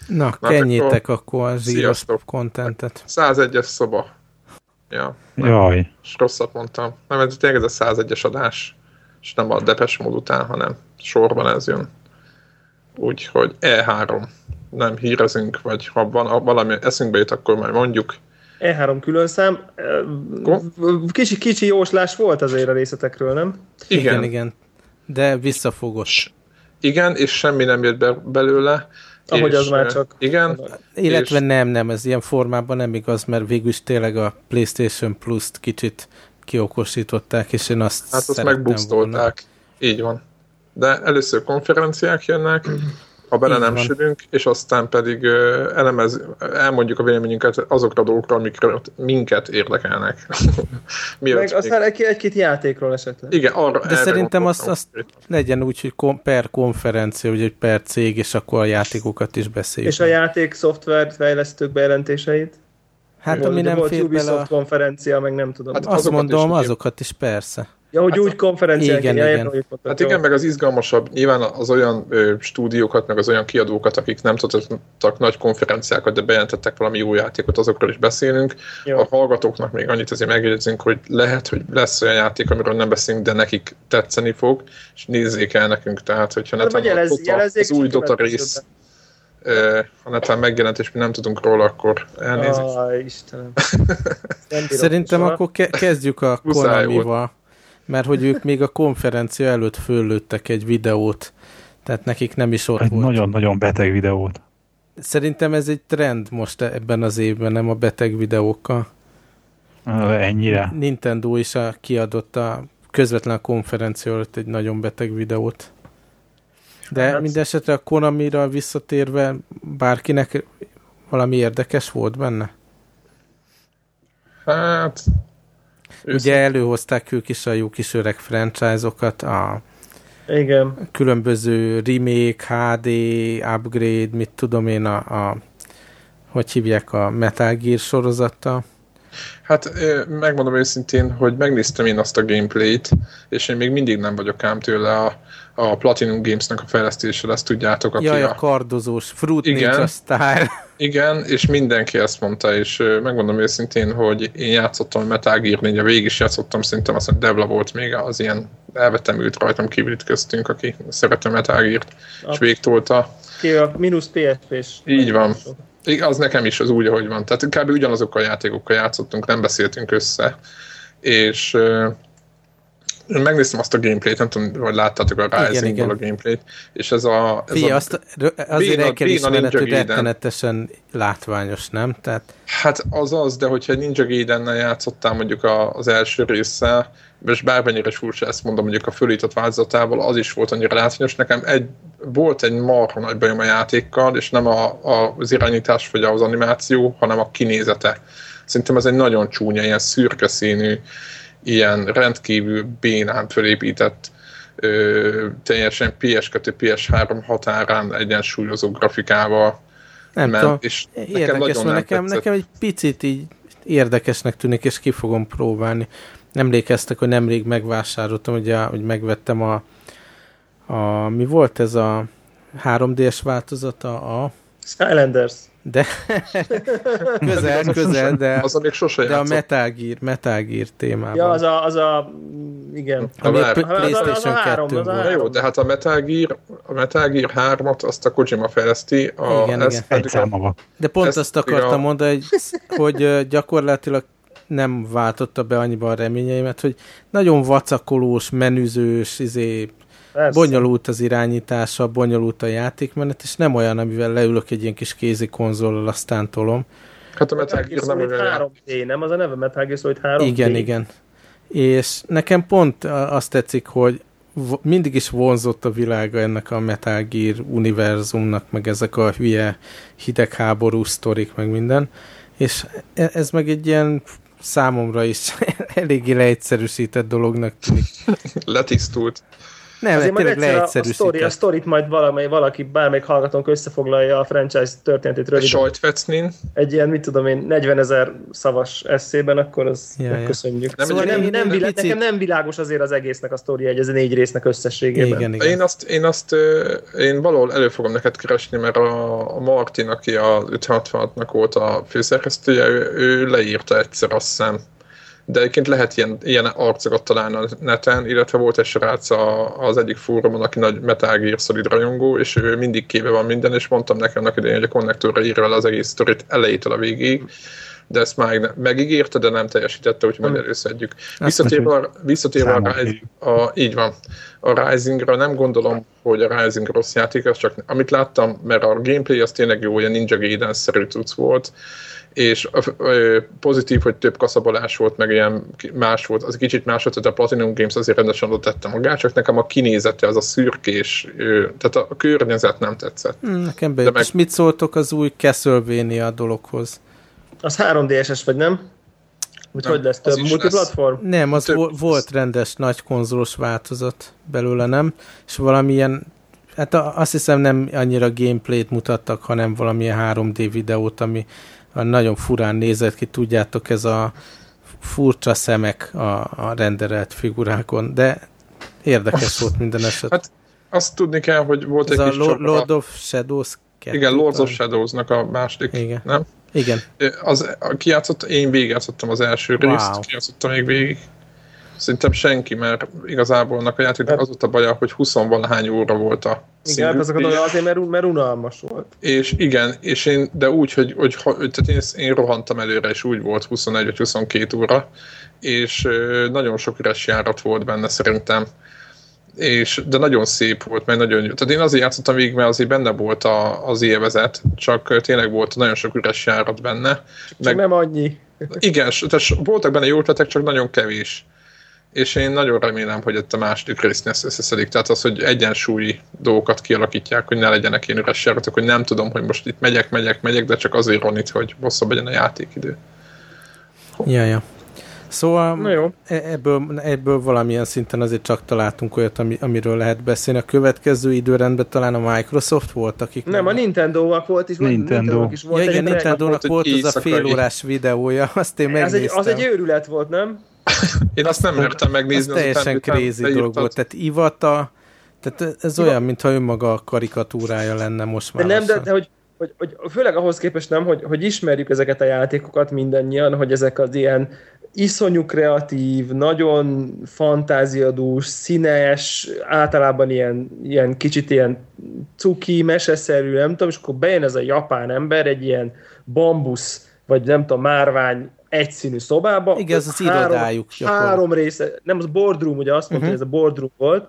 Na kenjétek akkor a zsíros contentet. 101-es szoba. Ja. Jaj. És rosszat mondtam. Nem, ez tényleg ez a 101-es adás. És nem a Depeche Mode után, hanem sorban ez jön. Úgyhogy E3. Nem hírezünk, vagy ha van valami eszünkbe jut, akkor majd mondjuk. E3 külön szám. Kicsi jóslás volt azért a részletekről, nem? Igen. De visszafogos. Igen, és semmi nem jött belőle. Ahogy az már csak... Igen. Illetve nem, ez ilyen formában nem igaz, mert végülis tényleg a PlayStation Plus-t kicsit kiokosították, és én azt azt megbuxtolták. Így van. De először konferenciák jönnek, ha bele nem sülünk, és aztán pedig elmondjuk a véleményünket azokra a dolgokra, amikre minket érdekelnek. Meg aztán egy-két játékról esetleg. Igen, arra. De szerintem azt legyen úgy, hogy per konferencia, vagy per cég, és akkor a játékokat is beszéljük. És a játék szoftver fejlesztők bejelentéseit? Hát ami nem fér bele a konferencia, meg nem tudom. Hát azt mondom, azokat is persze. Ja, hogy úgy konferenciák. Igen. Hát igen, meg az izgalmasabb, nyilván az olyan stúdiókat, meg az olyan kiadókat, akik nem tudtak nagy konferenciákat, de bejelentettek valami jó játékot, azokról is beszélünk. Jó. A hallgatóknak még annyit azért megjegyzünk, hogy lehet, hogy lesz olyan játék, amiről nem beszélünk, de nekik tetszeni fog, és nézzék el nekünk, tehát hogyha az új Dota rész, ha netán megjelent, és mi nem tudunk róla, akkor elnézést. Istenem. Szerintem akkor kezdjük a Konamival. Mert hogy ők még a konferencia előtt föllőttek egy videót, tehát nekik nem is ott egy volt. Nagyon-nagyon beteg videót. Szerintem ez egy trend most ebben az évben, nem a beteg videókkal. Ennyire? Nintendo is kiadott a közvetlen konferencia előtt egy nagyon beteg videót. De mindesetre a Konamira visszatérve bárkinek valami érdekes volt benne? Hát... Ugye előhozták ők is a jó kis öreg franchise-okat, a igen. Különböző remake, HD, upgrade, mit tudom én, hogy hívják a Metal Gear sorozattal. Hát megmondom őszintén, hogy megnéztem én azt a gameplayt, és én még mindig nem vagyok ám tőle a Platinum Games-nek a fejlesztése, ezt tudjátok. Aki a kardozós, Fruit Ninja Style. Igen, és mindenki ezt mondta, és megmondom őszintén, hogy én játszottam a Metal Gear 4, végig is játszottam, szerintem azt mondja, Devla volt még az ilyen elvetemült rajtam kívül itt köztünk, aki szerette a Metal Gear-t, és végtolta. Ki a mínusz PSP-s. Így van. Az nekem is az úgy, ahogy van. Tehát kb. Ugyanazokkal a játékokkal játszottunk, nem beszéltünk össze. És megnéztem azt a gameplayt, nem tudom, hogy láttátok a Rising-ból a gameplayt, és ez a... azért el kell ismerned, hogy rettenetesen látványos, nem? Tehát... Hát az, de hogyha Ninja Gaiden-nel játszottál mondjuk az első résszel, és bármennyire furcsa ezt mondom, mondjuk a fölított változatával, az is volt annyira látványos. Nekem volt egy marha nagy bajom a játékkal, és nem az irányítás vagy az animáció, hanem a kinézete. Szerintem ez egy nagyon csúnya, ilyen szürke színű, ilyen rendkívül bénán fölépített, teljesen PS2, PS3 határán egyensúlyozó grafikával ment, és érdekes, nekem egy picit így érdekesnek tűnik, és ki fogom próbálni. Emlékeztek, hogy nemrég megvásároltam, ugye, hogy megvettem mi volt ez a 3D-s változata? A Skylanders. De közel, de a Metal Gear témában. Ja, igen. Ami a PlayStation 2 volt. Jó, de hát a Metal Gear 3-at azt a Kojima fejleszti. Igen. De pont azt akartam mondani, hogy gyakorlatilag nem váltotta be annyiban a reményeimet, hogy nagyon vacakolós, menüzős, bonyolult az irányítása, bonyolult a játékmenet, és nem olyan, amivel leülök egy ilyen kis kézi konzollal, aztán tolom. Hát a Metal Gear nem olyan 3D, nem az a neve Metal Gear Solid 3D? Igen. És nekem pont azt tetszik, hogy mindig is vonzott a világa ennek a Metal Gear univerzumnak, meg ezek a hülye hidegháború sztorik, meg minden. És ez meg egy ilyen számomra is eléggé leegyszerűsített dolognak tűnik. Letisztult. Nem, tényleg leegyszerűsített. A sztorit majd valaki, bármelyik hallgatónk összefoglalja a franchise történetét röviden. Sajtfecnin. Egy ilyen, mit tudom én, 40 000 szavas eszében, akkor az köszönjük. Szóval nekem nem világos azért az egésznek a sztoria, ez 4 résznek összességében. Igen. Én valahol elő fogom neked keresni, mert a Martin, aki a 566-nak volt a főszerkesztője, ő leírta egyszer, azt hiszem. De egyébként lehet ilyen arcokat találni a neten, illetve volt egy srác az egyik fórumon, aki nagy Metal Gear Solid rajongó, és ő mindig képbe van minden, és mondtam nekem annak idején, hogy a konnektorra írja el az egész sztorit elejétől a végig, de ezt már megígérte, de nem teljesítette, úgyhogy majd előszedjük. Visszatérve így van. A Risingra nem gondolom, hogy a Rising rossz játék, az csak amit láttam, mert a gameplay az tényleg jó, olyan Ninja Gaiden-szerű cucc volt, és pozitív, hogy több kaszabolás volt, meg ilyen más volt, az kicsit más volt, hogy a Platinum Games azért rendesen oda tette magát, csak nekem a kinézete, az a szürkés, tehát a környezet nem tetszett. Nekem bejött. És mit szóltok az új Castlevania dologhoz? Az 3DS-es vagy nem? Hogy lesz több multiplatform? Nem, az volt rendes nagy konzolos változat belőle, nem? És valamilyen, hát azt hiszem nem annyira gameplayt mutattak, hanem valamilyen 3D videót, ami nagyon furán nézett ki, tudjátok, ez a furcsa szemek a renderelt figurákon, de érdekes volt minden esetben. Hát azt tudni kell, hogy volt ez egy kis csoport. Lord of Shadows 2. Igen, Lords of Shadows-nak a második, igen. Nem? Igen. Én végigjátszottam az első részt, kijátszottam még végig. Szerintem senki, mert igazából annak a játéknak az volt a baja, hogy 20-valahány óra volt a színű. Igen, ezeket azért, mert unalmas volt. És igen, de úgy, hogy tehát én rohantam előre, és úgy volt 21 vagy 22 óra, és nagyon sok üres járat volt benne szerintem. De nagyon szép volt, mert nagyon jó. Tehát én azért játszottam végig, mert azért benne volt az élvezet, csak tényleg volt nagyon sok üres járat benne. Csak nem annyi. Igen, tehát voltak benne jó ötletek, csak nagyon kevés. És én nagyon remélem, hogy itt a második résznél összeszedik. Tehát az, hogy egyensúlyi dolgokat kialakítják, hogy ne legyenek ilyen üres járatok, hogy nem tudom, hogy most itt megyek, de csak azért van itt, hogy hosszabb legyen a játékidő. Ja. Szóval ebből valamilyen szinten azért csak találtunk olyat, amiről lehet beszélni. A következő időrendben talán a Microsoft volt, akik... Nem, a Nintendo-nak volt is. Nintendo. Is volt. Ja, igen, Nintendo-nak volt az a félórás videója, azt én megnéztem. Az egy őrület volt, nem? Én azt nem mertem megnézni. Az teljesen crazy dolog volt. Tehát Iwata, tehát ez olyan, mintha önmaga a karikatúrája lenne most már. De nem, de hogy főleg ahhoz képest nem, hogy ismerjük ezeket a játékokat mindannyian, hogy ezek az ilyen iszonyú kreatív, nagyon fantáziadús, színes, általában ilyen kicsit ilyen cuki, meseszerű, nem tudom, és akkor bejön ez a japán ember egy ilyen bambusz, vagy nem tudom, márvány egyszínű szobába. Igen, ez az irodájuk. 3 része, nem, az boardroom, ugye azt mondta, hogy ez a boardroom volt,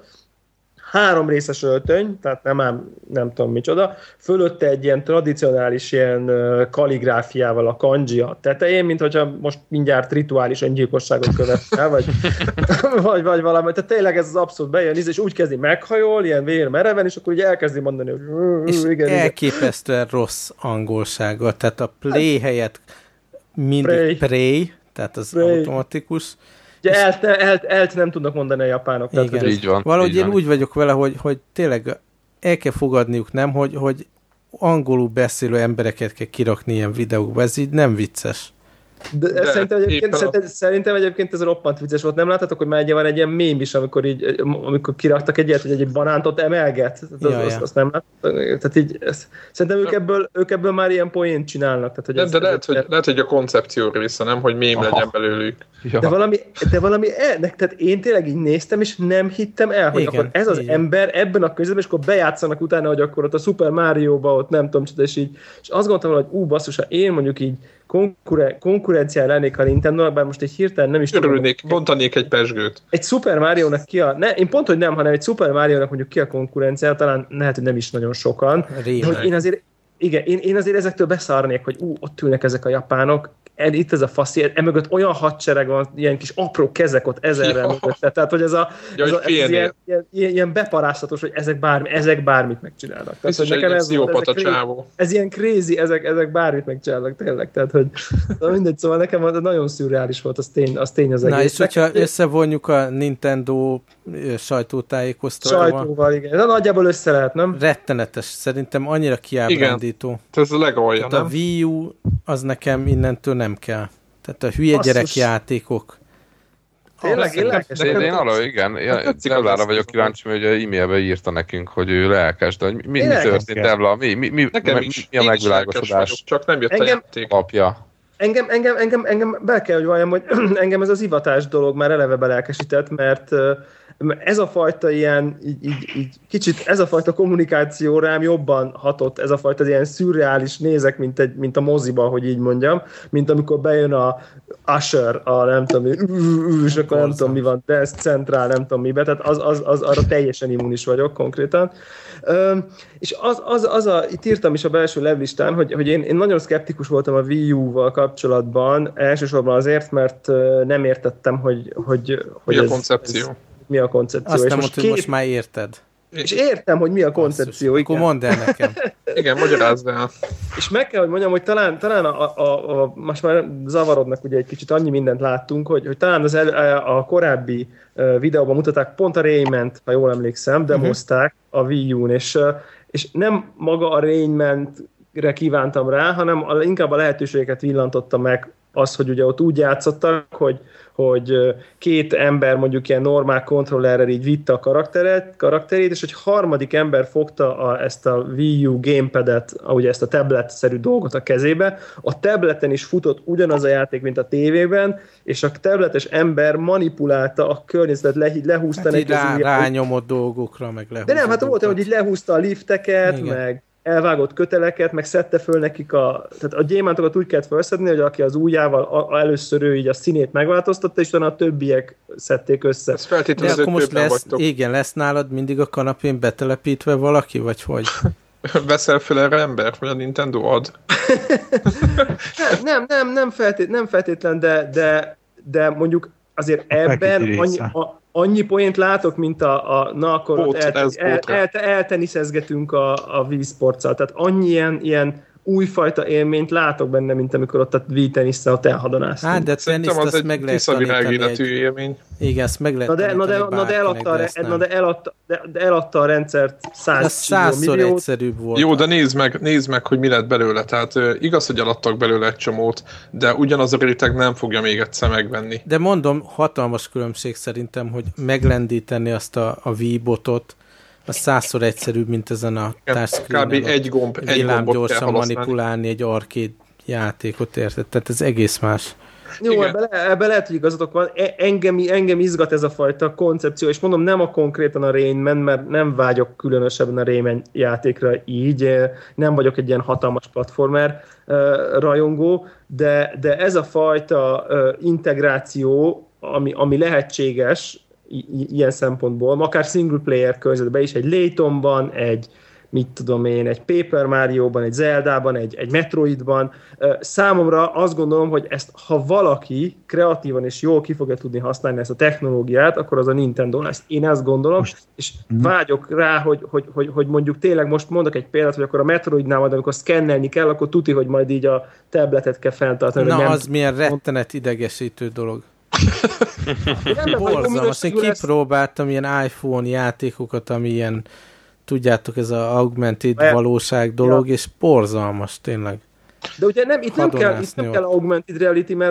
3 részes öltöny, tehát nem tudom micsoda, fölötte egy ilyen tradicionális ilyen kalligráfiával a kanji a tetején, mint hogyha most mindjárt rituális öngyilkosságot követne, vagy valami. Tehát tényleg ez az abszolút bejön, és úgy kezdi meghajol, ilyen vér mereven, és akkor ugye elkezdi mondani, hogy és igen, elképesztően rossz angolsággal, tehát a play helyett mindig pray, tehát az automatikus. Ugye elt nem tudnak mondani a japánok. Igen, tehát, így van. Valahogy én úgy vagyok vele, hogy tényleg el kell fogadniuk, nem, hogy angolul beszélő embereket kell kirakni ilyen videókba, ez így nem vicces. De szerintem egyébként ez roppant vicces volt. Nem láthatok, hogy már van egy ilyen mém is, amikor kiraktak egy ilyet, hogy egy banántot emelget? Azt nem láthatok. Tehát így, szerintem ők ebből már ilyen poént csinálnak. Tehát, hogy lehet, hogy a koncepció része, nem, hogy mém legyen belőlük. Ja. De valami tehát én tényleg így néztem, és nem hittem el, hogy akkor ez az ember ebben a közben, és akkor bejátszanak utána, hogy akkor ott a Super Mario-ba ott nem tudom, és azt gondoltam, hogy basszus, ha én mondjuk így konkurencián lennék a Nintendo-nak, bár most egy hirtelen nem is örülnék, bontanék egy pezsgőt. Egy Super Mario-nak én pont, hogy nem, hanem egy Super Mario-nak mondjuk ki a konkurencia, talán lehet, hogy nem is nagyon sokan. Igen, én azért ezektől beszarnék, hogy ott ülnek ezek a japánok, itt ez a faszi, emögött olyan hadsereg van, ilyen kis apró kezek ott ezerrel mögötte, tehát hogy ez ilyen beparáztatos, hogy ezek bármit megcsinálnak. Tehát, hogy nekem ez ilyen crazy, ezek bármit megcsinálnak tényleg, tehát hogy mindegy, szóval nekem nagyon szürreális volt, az tény az egész. Na és hogyha összevonjuk a Nintendo sajtótájékoztatóval. Sajtóval, igen. De nagyjából össze lehet, nem? Rettenetes, szerintem annyira kiábrándító. Igen, ez a legalja, nem? A Wii U az nekem innentől nem kell. Tehát a hülye gyerekjátékok. Tényleg, én arra, igen. Igazára vagyok kíváncsi, hogy e-mailbe írta nekünk, hogy ő lelkes, de hogy mi történt ebben? Mi a megvilágosodás? Csak nem jött a játék alapja. Engem be kell, hogy valljam, hogy engem ez az ivatás dolog már eleve belelkesített, mert ez a fajta ilyen, így kicsit ez a fajta kommunikáció rám jobban hatott, ez a fajta ilyen szürreális nézek, mint a moziba, hogy így mondjam, mint amikor bejön a Usher, a nem tudom, és akkor nem tudom mi van, Dance Central, nem tudom mibe, tehát az arra teljesen immunis vagyok konkrétan. És itt írtam is a belső levlistán, hogy én nagyon szkeptikus voltam a Wii U-val kapcsolatban, elsősorban azért, mert nem értettem, hogy mi a koncepció. Mi a koncepció. Azt nem mondtad, hogy most már érted. És értem, hogy mi a koncepció. Basszus, akkor mondd el nekem. Igen, magyarázd el. És meg kell, hogy mondjam, hogy talán most már zavarodnak ugye egy kicsit, annyi mindent láttunk, hogy talán a korábbi videóban mutatták pont a Rayman-t, ha jól emlékszem, demozták a Wii U-n, és nem maga a Rayman-re kívántam rá, hanem inkább a lehetőségeket villantotta meg az, hogy ugye ott úgy játszottak, hogy két ember mondjuk ilyen normál kontrollerrel így vitte a karakterét, és egy harmadik ember fogta ezt a Wii U gamepadet, ugye ezt a tablet-szerű dolgot a kezébe, a tableten is futott ugyanaz a játék, mint a tévében, és a tabletes ember manipulálta a környezetet, lehúzta neki az rányomott dolgokra, meg lehúzta. De nem, hát volt, hogy így lehúzta a lifteket, igen, meg elvágott köteleket, meg szedte föl nekik tehát a gyémántokat úgy kellett felszedni, hogy aki az ujjával először ő így a színét megváltoztatta, és utána a többiek szedték össze. Ez feltétlenül de akkor most lesz nálad mindig a kanapén betelepítve valaki, vagy hogy? Veszel fel erre ember, vagy a Nintendo ad? nem feltétlen, de mondjuk azért ebben annyi poént látok, mint na akkor elteniszezgetünk a Wii Sportszal. Tehát annyi ilyen újfajta élményt látok benne, mint amikor ott a Wii tenisszel ott elhadonáztunk. Hát, de teniszt azt meg lehet tanítani. Élmény. Igen, ezt meg lehet tanítani. De eladta a rendszert 100 milliót. Egyszerűbb volt. Jó, de nézd meg, hogy mi lett belőle. Tehát igaz, hogy eladtak belőle egy csomót, de ugyanaz a réteg nem fogja még egyszer megvenni. De mondom, hatalmas különbség szerintem, hogy meglendíteni azt a Wii botot, az 100-szor egyszerűbb, mint ezen a touchscreen-en. Kb. egy gombot gyorsan manipulálni egy arcade játékot, érted? Tehát ez egész más. Jó, ebbe lehet, hogy igazatok van. Engem izgat ez a fajta koncepció, és mondom, nem konkrétan a Rayman, mert nem vágyok különösebben a Rayman játékra így, nem vagyok egy ilyen hatalmas platformer rajongó, de ez a fajta integráció, ami lehetséges ilyen szempontból, akár single player környezetben is, egy Laytonban, egy Paper Mario-ban, egy Zelda-ban, egy Metroidban. Számomra azt gondolom, hogy ezt, ha valaki kreatívan és jól ki fogja tudni használni ezt a technológiát, akkor az a Nintendo lesz. Én ezt gondolom, és vágyok rá, hogy mondjuk tényleg most mondok egy példát, hogy akkor a Metroidnál majd, amikor szkennelni kell, akkor tuti, hogy majd így a tabletet kell fenntartani. Na, az milyen rettenet idegesítő dolog. Borzalmas. Én kipróbáltam ilyen iPhone játékokat, ami ilyen, tudjátok, ez az augmented valóság dolog, és borzalmas, tényleg. De ugye itt nem kell augmented reality, mert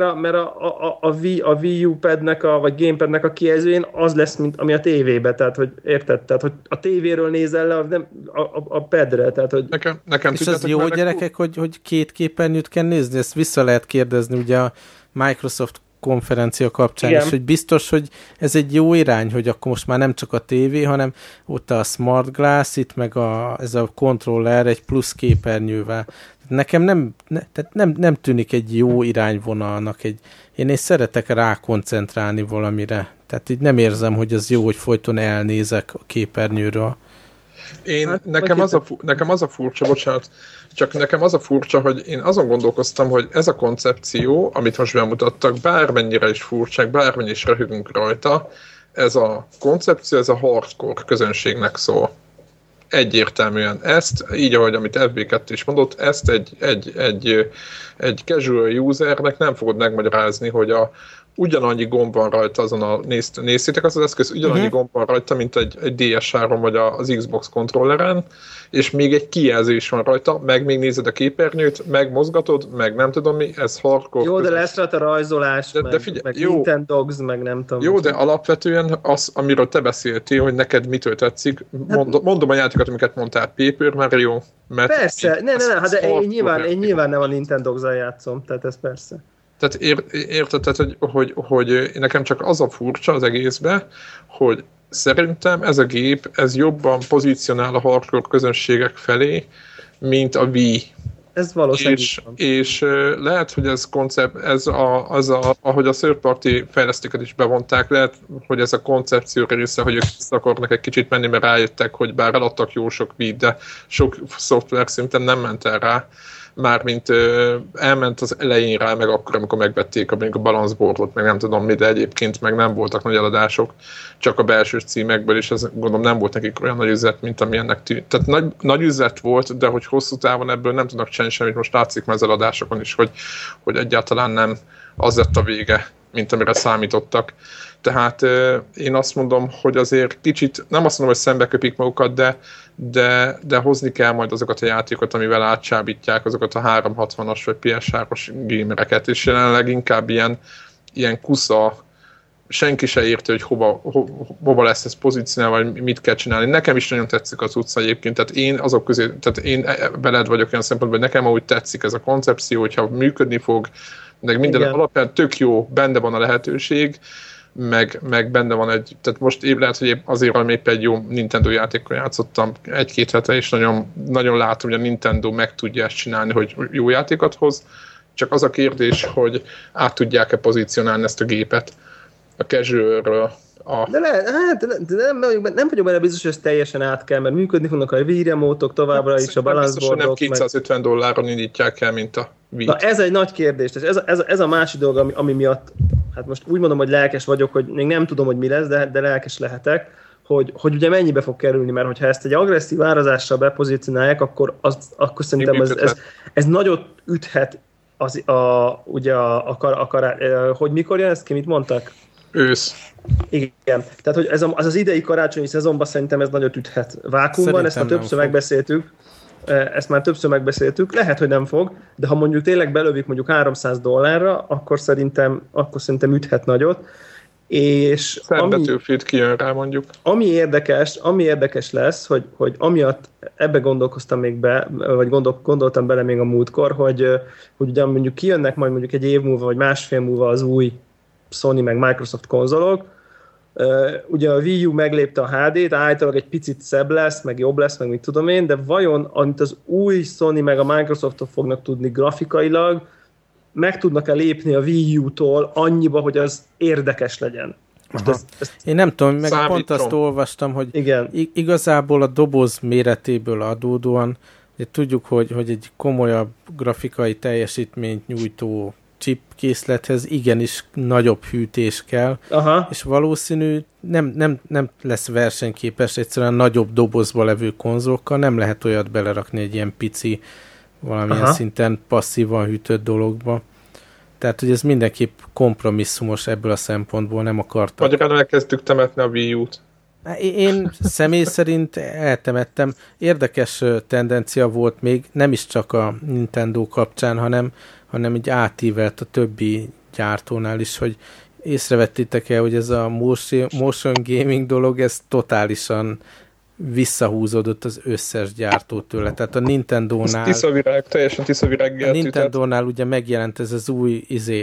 a Wii U padnek, vagy gamepadnek a kijelzőjén az lesz, mint ami a tévében, tehát hogy érted? Tehát, hogy a tévéről nézel le, nem a padre, tehát hogy... Nekem és az jó, gyerekek, hogy két képernyőt kell nézni, ezt vissza lehet kérdezni, ugye a Microsoft konferencia kapcsán, és hogy biztos, hogy ez egy jó irány, hogy akkor most már nem csak a tévé, hanem ott a Smart Glass, itt meg ez a controller egy plusz képernyővel. Nekem nem tűnik egy jó irányvonalnak. Én szeretek rákoncentrálni valamire. Tehát így nem érzem, hogy az jó, hogy folyton elnézek a képernyőről. Nekem az a furcsa, bocsánat, csak nekem az a furcsa, hogy én azon gondolkoztam, hogy ez a koncepció, amit most bemutattak, bármennyire is furcsák, bármennyire is röhögünk rajta, ez a koncepció, ez a hardcore közönségnek szól. Egyértelműen ezt, így ahogy amit FB2 is mondott, ezt egy casual usernek nem fogod megmagyarázni, hogy ugyanannyi gomb van rajta azon néztétek az eszköz, ugyanannyi gomb van rajta, mint egy DS3 vagy az Xbox kontrolleren, és még egy kijelzés van rajta, meg még nézed a képernyőt, meg mozgatod, meg nem tudom mi, ez hardcore. Jó, de lesz rajta rajzolás, meg Nintendogs, meg nem tudom. Jó, de alapvetően az, amiről te beszéltél, hogy neked mitől tetszik, mondom a játékokat, amiket mondtál, Paper Mario, persze, de én nyilván nem a Nintendogs-al játszom, tehát ez persze. Tehát érted, hogy nekem csak az a furcsa az egészben, hogy szerintem ez a gép, ez jobban pozícionál a hardcore közönségek felé, mint a Wii. Ez valószínűleg. És lehet, hogy ez koncept, ahogy a third party fejlesztőket is bevonták, lehet, hogy ez a koncepció része, hogy ők akarnak egy kicsit menni, mert rájöttek, hogy bár eladtak jó sok Wii, de sok szoftver szinten nem ment el rá. Mármint elment az elején rá, meg akkor, amikor megvették a balance boardot, meg nem tudom mi, de egyébként meg nem voltak nagy eladások, csak a belső címekből, és ez gondolom nem volt nekik olyan nagy üzlet, mint ami ennek tűnt. Tehát nagy üzlet volt, de hogy hosszú távon ebből nem tudnak csinálni semmit, most látszik már az eladásokon is, hogy egyáltalán nem az lett a vége, mint amire számítottak. Tehát én azt mondom, hogy azért kicsit, nem azt mondom, hogy szembeköpik magukat, de hozni kell majd azokat a játékokat, amivel átsábítják azokat a 360-as vagy PS3-os gamereket, és jelenleg inkább ilyen kusza, senki se érti, hogy hova lesz ez pozícionálva, vagy mit kell csinálni. Nekem is nagyon tetszik az utca egyébként, tehát én azok közé, tehát én veled vagyok olyan szempontból, hogy nekem ahogy tetszik ez a koncepció, hogyha működni fog, de minden alapján tök jó, benne van a lehetőség, meg benne van tehát most lehet, hogy azért épp egy jó Nintendo játékkal játszottam egy-két hete, és nagyon, nagyon látom, hogy a Nintendo meg tudja ezt csinálni, hogy jó játékat hoz, csak az a kérdés, hogy át tudják-e pozícionálni ezt a gépet a casual-ről. De nem vagyok benne biztos, hogy ez teljesen át kell, mert működni fognak a Wii remote-ok továbbra is, a balance boardok. Nem $250 indítják el, mint a Wii. Na ez egy nagy kérdés, és ez a másik dolog, ami miatt, hát most úgy mondom, hogy lelkes vagyok, hogy még nem tudom, hogy mi lesz, de lelkes lehetek, hogy ugye mennyibe fog kerülni, mert hogyha ezt egy agresszív árazással bepozícionálják, akkor szerintem ez nagyot üthet hogy mikor jön, ezt ki mit mondtak? Ősz. Igen. Tehát, hogy az idei karácsonyi szezonban szerintem ez nagyot üthet vákuumban, ezt már többször megbeszéltük. Lehet, hogy nem fog, de ha mondjuk tényleg belövik mondjuk $300, akkor szerintem üthet nagyot. És Szentbetűfit kijön rá mondjuk. Ami érdekes lesz, hogy amiatt ebbe gondolkoztam még be, vagy gondoltam bele még a múltkor, hogy ugye mondjuk kijönnek majd mondjuk egy év múlva, vagy másfél múlva az új Sony meg Microsoft konzolok. Ugye a Wii U meglépte a HD-t, általában egy picit szebb lesz, meg jobb lesz, meg mit tudom én, de vajon, amit az új Sony meg a Microsofttól fognak tudni grafikailag, meg tudnak-e lépni a Wii U-tól annyiba, hogy az érdekes legyen? Én nem tudom, meg pont azt olvastam, hogy igazából a doboz méretéből adódóan, tudjuk, hogy egy komolyabb grafikai teljesítményt nyújtó chip készlethez igenis nagyobb hűtés kell, és valószínű nem lesz versenyképes egyszerűen nagyobb dobozba levő konzolokkal, nem lehet olyat belerakni egy ilyen pici, valamilyen szinten passzívan hűtött dologba. Tehát, hogy ez mindenképp kompromisszumos ebből a szempontból, nem akartam. Magyarán elkezdtük temetni a Wii U-t. Én személy szerint eltemettem. Érdekes tendencia volt még, nem is csak a Nintendo kapcsán, hanem így átívelt a többi gyártónál is, hogy észrevettétek el, hogy ez a motion gaming dolog, ez totálisan visszahúzódott az összes gyártó tőle. Tehát a Nintendónál... teljesen tiszavirág. A Nintendónál ugye megjelent ez az új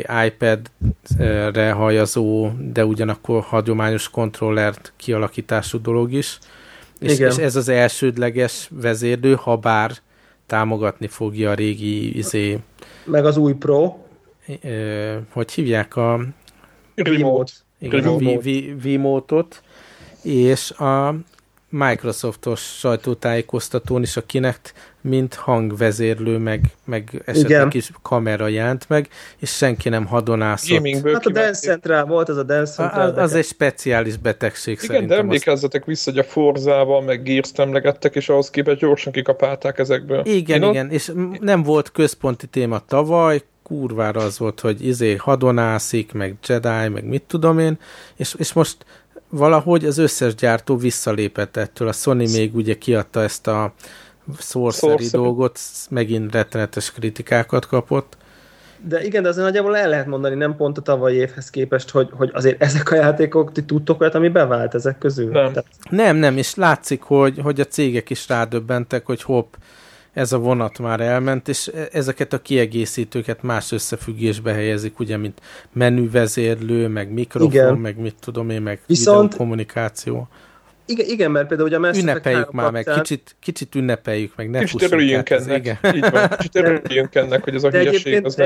iPad-re hajazó, de ugyanakkor hagyományos kontrollert kialakítású dolog is. És ez az elsődleges vezérlő, ha bár támogatni fogja a régi meg az új Pro. Hogy hívják a... Remote. Igen, a Wiimote-ot. És Microsoftos sajtótájékoztatón is a Kinect mint hangvezérlő, meg esetleg is kamera jelent meg, és senki nem hadonászott. Hát a Dance Central volt, az a Dance Central. Az egy speciális betegség szerintem. Igen, de emlékezzetek vissza, hogy a Forzával, meg Gears-t emlegettek, és ahhoz képest gyorsan kikapálták ezekből. Igen, és nem volt központi téma tavaly, kurvára az volt, hogy hadonászik, meg Jedi, meg mit tudom én, és most valahogy az összes gyártó visszalépett ettől. A Sony még ugye kiadta ezt a Sorcery dolgot, megint rettenetes kritikákat kapott. De igen, de azért nagyjából el lehet mondani, nem pont a tavalyi évhez képest, hogy azért ezek a játékok, ti tudtok olyat, ami bevált ezek közül? Nem, és látszik, hogy a cégek is rádöbbentek, hogy hopp, ez a vonat már elment, és ezeket a kiegészítőket más összefüggésbe helyezik, ugye, mint menüvezérlő, meg mikrofon, igen. Meg mit tudom én, meg videokommunikáció. Igen, mert például ugye a Mass Effect ünnepeljük már meg, kicsit ünnepeljük meg, ne kicsit örüljünk ennek, így van, kicsit örüljünk ennek, hogy ez a hülyeség az nem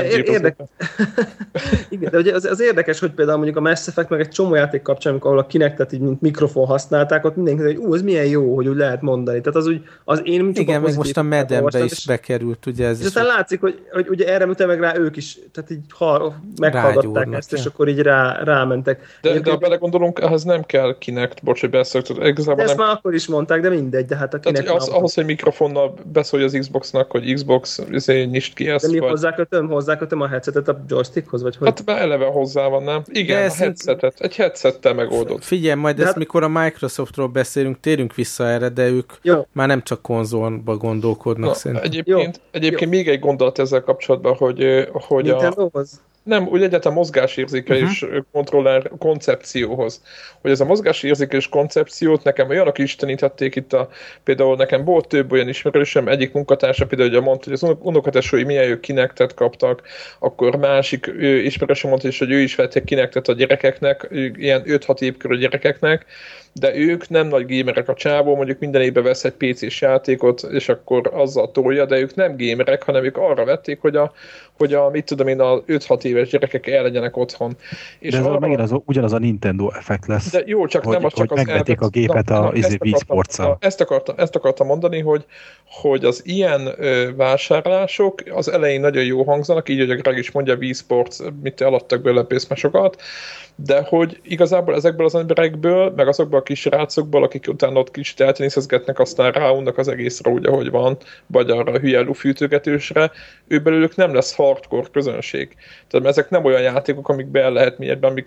Igen, de ugye az érdekes, hogy például mondjuk a Mass Effect meg egy csomó játék kapcsán, amikor ahol a Kinectet így mint mikrofon használták, ott mindenki, hogy ez milyen jó, hogy úgy lehet mondani. Tehát az úgy, az én igen, meg most a Maddenbe is bekerült, ugye ez. És aztán látszik, hogy ugye erre meg rá ők is, tehát így meghallgatták ezt, és akkor így rámentek. De ha belegondolunk, ehhez nem kell Kinect, bocs, hogy beszéltük. De ezt már akkor is mondták, de mindegy, de hát a Kinect... Ahhoz, hogy mikrofonnal beszólj az Xboxnak, hogy Xbox nyisd ki ezt. De mi hozzákötöm a headsetet a joystickhoz, vagy hogy? Hát már eleve hozzá van, nem? Igen, a headsetet. Egy headsettel megoldod. Figyelj, majd ezt mikor a Microsoftról beszélünk, térünk vissza erre, de ők már nem csak konzolba gondolkodnak szerintem. Egyébként még egy gondolat ezzel kapcsolatban, hogy Nintendohoz? Nem, úgy egyáltalán mozgásérzékelés kontroller koncepcióhoz. Hogy ez a mozgásérzékelés koncepciót nekem olyanok istenítették itt például nekem volt több olyan ismerősöm, egyik munkatársa például ugye mondta, hogy az unokatesói milyen jó Kinectet kaptak, akkor másik ismerősöm mondta is, hogy ő is vették Kinectet a gyerekeknek, ilyen 5-6 év körül gyerekeknek, de ők nem nagy gamerek a csávó, mondjuk minden évben vesz egy PC-s játékot, és akkor azzal tolja, de ők nem gamerek, hanem ők arra vették, hogy a mit tudom én, a 5-6 éves gyerekek el legyenek otthon. És de ez megint ugyanaz a Nintendo effekt lesz. De jó, csak nem az csak az megvetik a gépet a Wii Sports-szal. Ezt akartam mondani, hogy az ilyen vásárlások az elején nagyon jó hangzanak, így, hogy a Greg is mondja, Wii Sports, mit alattak belőle pénzmesokat, de hogy igazából ezekből az emberekből, meg azokból a kis rácokból, akik utána ott kicsit eltenészezgetnek, aztán ráunnak az egészre úgy, ahogy van, vagy arra a hülye lufűtőgetősre, ő belőlük nem lesz hardcore közönség. Tehát ezek nem olyan játékok, amikbe el lehet mérni,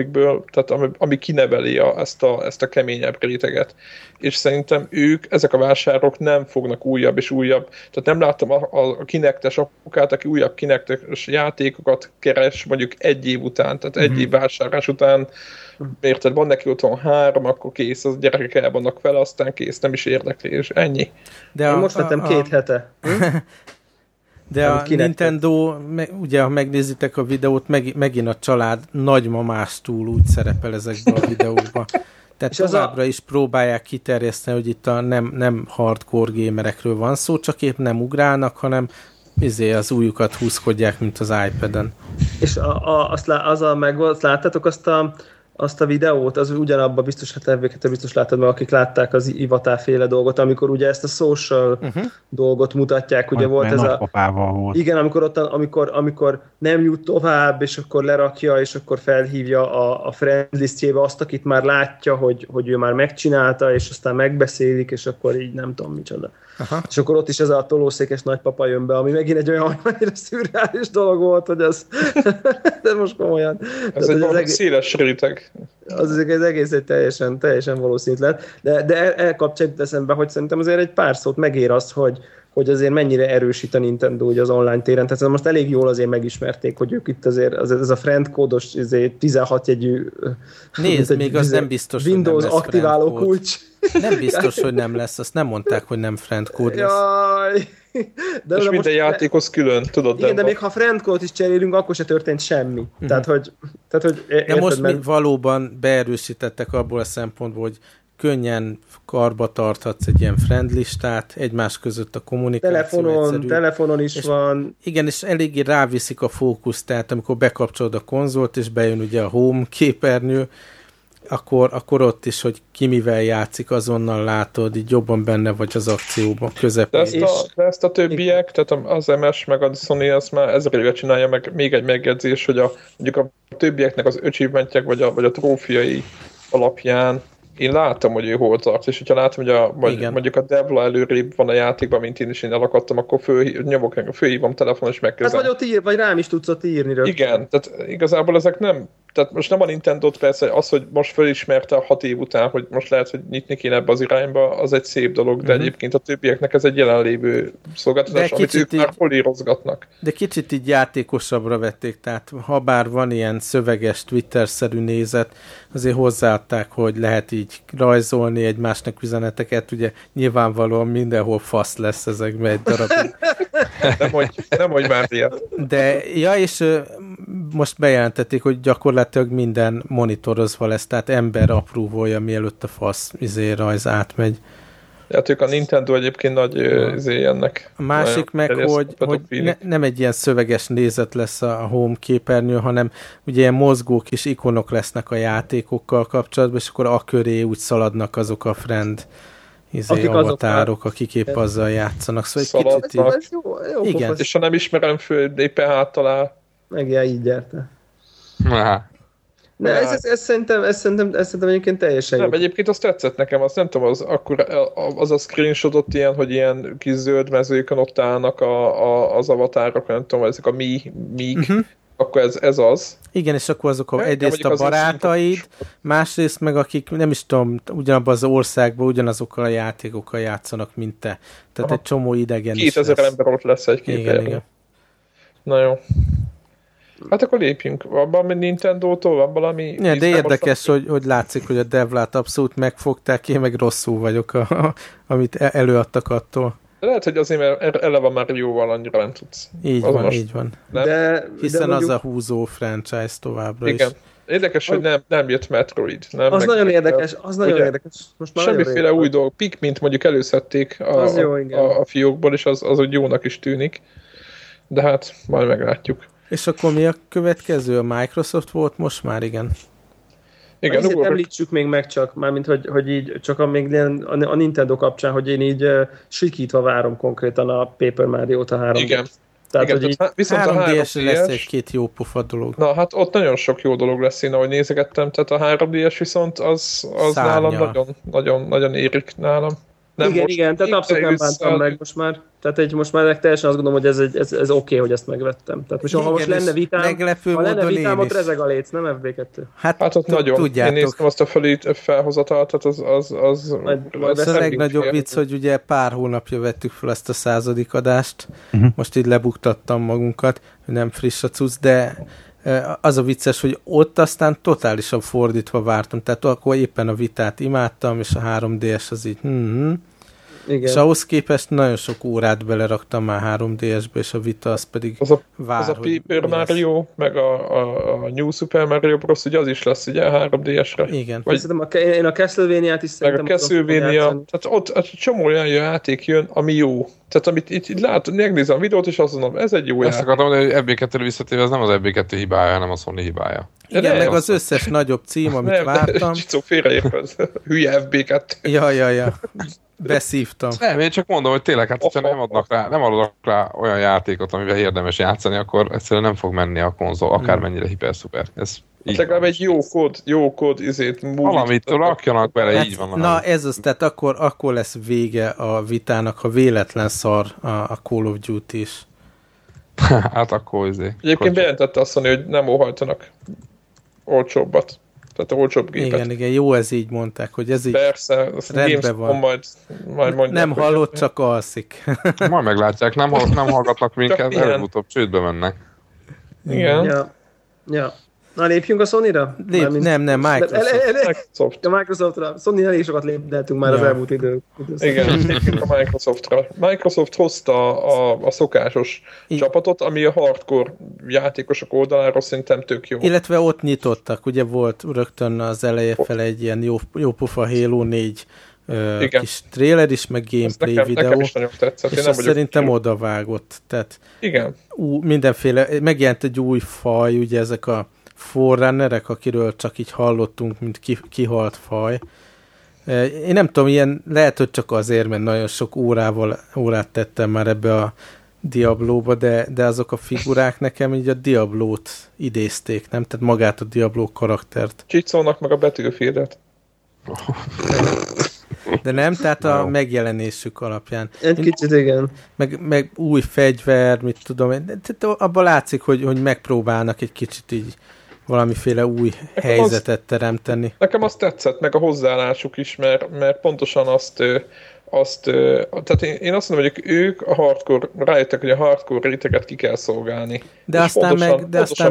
ami kineveli ezt a keményebb réteget. És szerintem ezek a vásárok nem fognak újabb és újabb. Tehát nem láttam a Kinectes apukát, aki újabb Kinectes játékokat keres mondjuk egy év után, tehát egy év vásárlás után, érted, van neki otthon 3, akkor kész, az gyerekek el vannak vele, aztán kész, nem is érdekli, és ennyi. De én most vettem 2 hete. De a Nintendo, ugye ha megnézitek a videót, megint a család nagymamástól úgy szerepel ezekben a videókban. Tehát továbbra is próbálják kiterjeszteni, hogy itt a nem hardcore gamerekről van szó, csak épp nem ugrálnak, hanem az ujjukat húzkodják, mint az iPad-en. És azt láttátok azt a videót, az ugyanabban biztos, biztos láttad meg, akik látták az Ivatá-féle dolgot, amikor ugye ezt a social dolgot mutatják, ugye volt ez volt. Igen, amikor nem jut tovább, és akkor lerakja, és akkor felhívja a friend listjébe azt, akit már látja, hogy ő már megcsinálta, és aztán megbeszélik, és akkor így nem tudom micsoda. Aha. És akkor ott is ez a tolószékes nagypapa jön be, ami megint egy olyan annyira szürreális dolog volt, hogy ez de most komolyan. Ez egy széles réteg. Az egész egy teljesen valószínűtlen. De elkapcsolt eszembe, hogy szerintem azért egy pár szót megér az, hogy azért mennyire erősít a Nintendo ugye az online téren. Tehát most elég jól azért megismerték, hogy ők itt azért, ez a friend-kódos 16 jegyű nézd, még az nem biztos, Windows aktiváló kulcs. Nem biztos, hogy nem lesz, azt nem mondták, hogy nem friend-kód lesz. Jaj! De és minden játékhoz külön, tudod. Igen, de még ha friend-kódot is cserélünk, akkor se történt semmi. Tehát, hogy de most még valóban beerősítettek abból a szempontból, hogy könnyen karba tarthatsz egy ilyen friend listát, egymás között a kommunikáció telefonon is és van. Igen, és eléggé ráviszik a fókuszt, tehát amikor bekapcsolod a konzolt, és bejön ugye a home képernyő, akkor ott is, hogy ki mivel játszik, azonnal látod, így jobban benne vagy az akcióban, közepén. De ezt a többiek, tehát az MS meg a Sony azt már 1000 éve csinálja, meg még egy megjegyzés, hogy mondjuk a többieknek az achievementjek vagy a trófiai alapján én látom, hogy ő hol tart, és hogyha látom, hogy mondjuk a Devla előrébb van a játékban, mint én is én elakadtam, akkor fölhívom telefonon, és megkezdem. Hát vagy rám is tudsz ott írni rögtön. Igen, tehát igazából ezek nem, tehát most nem a Nintendo-t persze, az, hogy most fölismerte a 6 év után, hogy most lehet, hogy nyitni kéne ebbe az irányba, az egy szép dolog, de egyébként a többieknek ez egy jelenlévő szolgáltatás, amit ők már polírozgatnak. De kicsit így játékosabbra vették, tehát ha bár van ilyen szöveges Twitter-szerű nézet, azért hozzáadták, hogy lehet így rajzolni egymásnak üzeneteket, ugye nyilvánvalóan mindenhol fasz lesz ezekben egy darabig. Nem mondj már ilyet. De, és most bejelentették, hogy gyakorlatilag minden monitorozva lesz, tehát ember apróvolja, mielőtt a fasz rajz átmegy. Hát ők a Nintendo egyébként nagy ennek. A másik meg, hogy nem egy ilyen szöveges nézet lesz a home képernyő, hanem ugye ilyen mozgó kis ikonok lesznek a játékokkal kapcsolatban, és akkor a köré úgy szaladnak azok a friend avatárok, akik épp azzal játszanak. Szóval egy kicsit így... Jó, igen. És ha nem ismerem föl, éppen háttalál. Meg így gyerte. De ez szerintem egyébként teljesen nem, jó. Egyébként azt tetszett nekem, azt nem tudom, az a screenshotot ilyen, hogy ilyen kis zöld mezőkön ott állnak az avatárok, nem tudom, ezek a míg, akkor ez az. Igen, és akkor azok egyrészt a barátaid, másrészt meg akik, nem is tudom, ugyanabban az országban ugyanazokkal a játékokkal játszanak, mint te. Tehát egy csomó idegen 2000 ember ott lesz egy képernyőn. Igen. Na jó. Hát akkor lépjünk. Abban, mint Nintendo-tól van valami... Ja, de érdekes, hogy látszik, hogy a Devlát abszolút megfogták, én meg rosszul vagyok, amit előadtak attól. De lehet, hogy azért, mert eleve már jóval annyira nem tudsz. Így van. Hiszen az a húzó franchise továbbra igen. is. Érdekes, hogy nem jött Metroid. Az nagyon érdekes, Most már semmiféle új dolog. Pikmint mondjuk előszedték a fiókból, és az úgy jónak is tűnik. De hát majd meglátjuk. És akkor mi a következő? A Microsoft volt most már, igen. Igen, ezért említsük még meg csak, mármint, hogy így csak még a Nintendo kapcsán, hogy én így sikítva várom konkrétan a Paper Mario-t a 3D. Igen. Tehát, igen, hogy viszont 3DS lesz egy-két jó pofa dolog. Na, hát ott nagyon sok jó dolog lesz, én ahogy nézegettem, tehát a 3DS viszont az nálam nagyon érik nálam. Igen, tehát abszolút nem bántam meg most már. Tehát most már teljesen azt gondolom, hogy ez oké, hogy ezt megvettem. Tehát most, ha most lenne vitám, ott rezeg a léc, nem FB2. Hát ott nagyon. Tudjátok. Én néztem azt a felhozatalt, tehát az a legnagyobb vicc, hogy ugye pár hónapja vettük fel ezt a 100. adást. Most így lebuktattam magunkat, hogy nem friss a cucc, de az a vicces, hogy ott aztán totálisan fordítva vártam, tehát akkor éppen a vitát imádtam, és a 3DS az így igen. És ahhoz képest nagyon sok órát beleraktam már 3DS-be, és a vita az pedig vár, az a Paper Mario, meg a New Super Mario Bros. Ugye az is lesz ugye a 3DS-re. Igen. Én a Castlevania-t is szerintem... Meg a Castlevania, tehát ott egy csomó olyan játék jön, ami jó. Tehát amit itt látod, megnézem a videót, és azt mondom, ez egy jó játék. Ezt akartam mondani, hogy FB2-re visszatérve, ez nem az FB2 hibája, hanem a Sony hibája. Igen, meg az összes nagyobb cím, amit vártam. Csicó félreértesz. Hülye FB2. Ja. Beszívtam. Nem, én csak mondom, hogy tényleg, hát hogyha nem adnak rá olyan játékot, amivel érdemes játszani, akkor egyszerűen nem fog menni a konzol, akármennyire hiper-szuper. Ez legalább egy jó kód valamit rakjanak bele, így van. Na ez az, tehát akkor lesz vége a vitának, ha véletlen szar a Call of Duty is. Hát akkor Egyébként bejelentette azt mondani, hogy nem óhajtanak olcsóbbat. Tehát olcsóbb gépet. Igen, jó, ez így mondták, hogy ez így persze, rendben van. Majd mondják, nem hallott, csak alszik. Majd meglátják, nem hallgatnak minket, előbb-utóbb csődbe mennek. Igen. Ja. Na, lépjünk a Sony-ra? Nem, Microsoft. A Microsoftra. Sony elég sokat lépdeltünk már az elmúlt idők. Igen, lépjünk a Microsoftra. Microsoft hozta a szokásos csapatot, ami a hardcore játékosok oldaláról szerintem tök jó. Illetve ott nyitottak, ugye volt rögtön az eleje fele egy ilyen jó pufa Halo 4 kis trailer is, meg gameplay videó. Nekem is nagyon tetszett. És azt szerintem odavágott. Tehát igen. mindenféle, megjelent egy új faj, ugye ezek a Forerunnerek, akiről csak így hallottunk, mint kihalt faj. Én nem tudom, ilyen lehet, hogy csak azért, mert nagyon sok órát tettem már ebbe a Diablóba, de azok a figurák nekem így a Diablót idézték, nem? Tehát magát a Diabló karaktert. Csicsolnak meg a Battlefieldet. De nem, tehát a megjelenésük alapján. Egy kicsit igen. Meg új fegyver, mit tudom én. Tehát abban látszik, hogy megpróbálnak egy kicsit így valamiféle új helyzetet teremteni. Nekem azt tetszett, meg a hozzáállásuk is, mert pontosan tehát én azt mondom, hogy ők a hardcore, rájöttek, hogy a hardcore réteget ki kell szolgálni. De aztán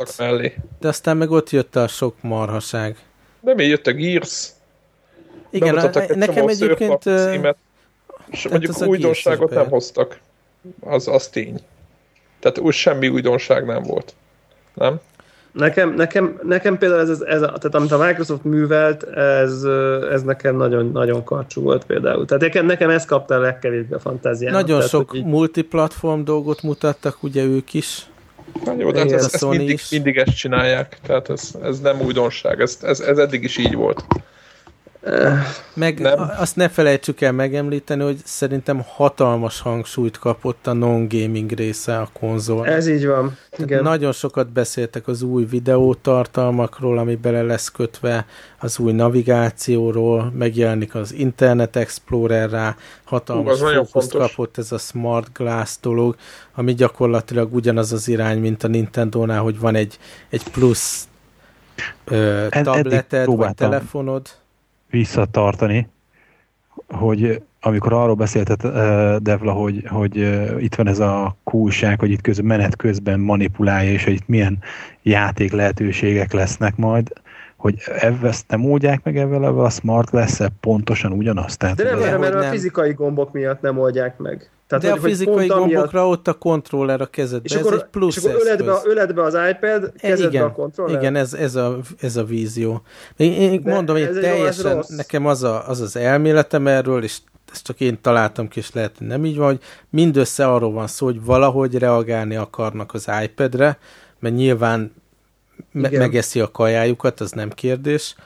meg ott jött a sok marhaság. De mi jött a Gears? Igen, nekem egyébként... És mondjuk újdonságot nem hoztak. Az tény. Tehát úgy semmi újdonság nem volt. Nem? Nekem például tehát amit a Microsoft művelt, ez nekem nagyon, nagyon karcsú volt például. Tehát nekem ez kapta a legkevésbé a fantáziámat. Nagyon tehát, sok multiplatform dolgot mutattak, ugye ők is. Na jó, de ezt mindig ezt csinálják. Tehát ez nem újdonság. Ez eddig is így volt. Meg azt ne felejtsük el megemlíteni, hogy szerintem hatalmas hangsúlyt kapott a non-gaming része a konzol. Ez így van. Igen. Nagyon sokat beszéltek az új videótartalmakról, ami bele lesz kötve, az új navigációról, megjelenik az Internet Explorer rá, hatalmas fókuszt kapott ez a Smart Glass dolog, ami gyakorlatilag ugyanaz az irány, mint a Nintendo-nál, hogy van egy plusz tableted, vagy telefonod. Visszatartani, hogy amikor arról beszéltet Devla, hogy itt van ez a coolság, hogy itt menet közben manipulálja, és hogy itt milyen játék lehetőségek lesznek majd, hogy ezt nem oldják meg ezzel a Smart Glass-szel pontosan ugyanazt. Tehát, de nem, mert a fizikai gombok miatt nem oldják meg. Tehát, de a fizikai gombokra ott a kontroller a kezedbe, és akkor, ez egy plusz és akkor öled be az iPad, kezedbe a kontroller? Igen, ez a vízió. Én mondom, hogy teljesen nekem az elméletem erről, és ezt csak én találtam ki, és lehet, hogy nem így van, hogy mindössze arról van szó, hogy valahogy reagálni akarnak az iPad-re, mert nyilván megeszi a kajájukat, az nem kérdés,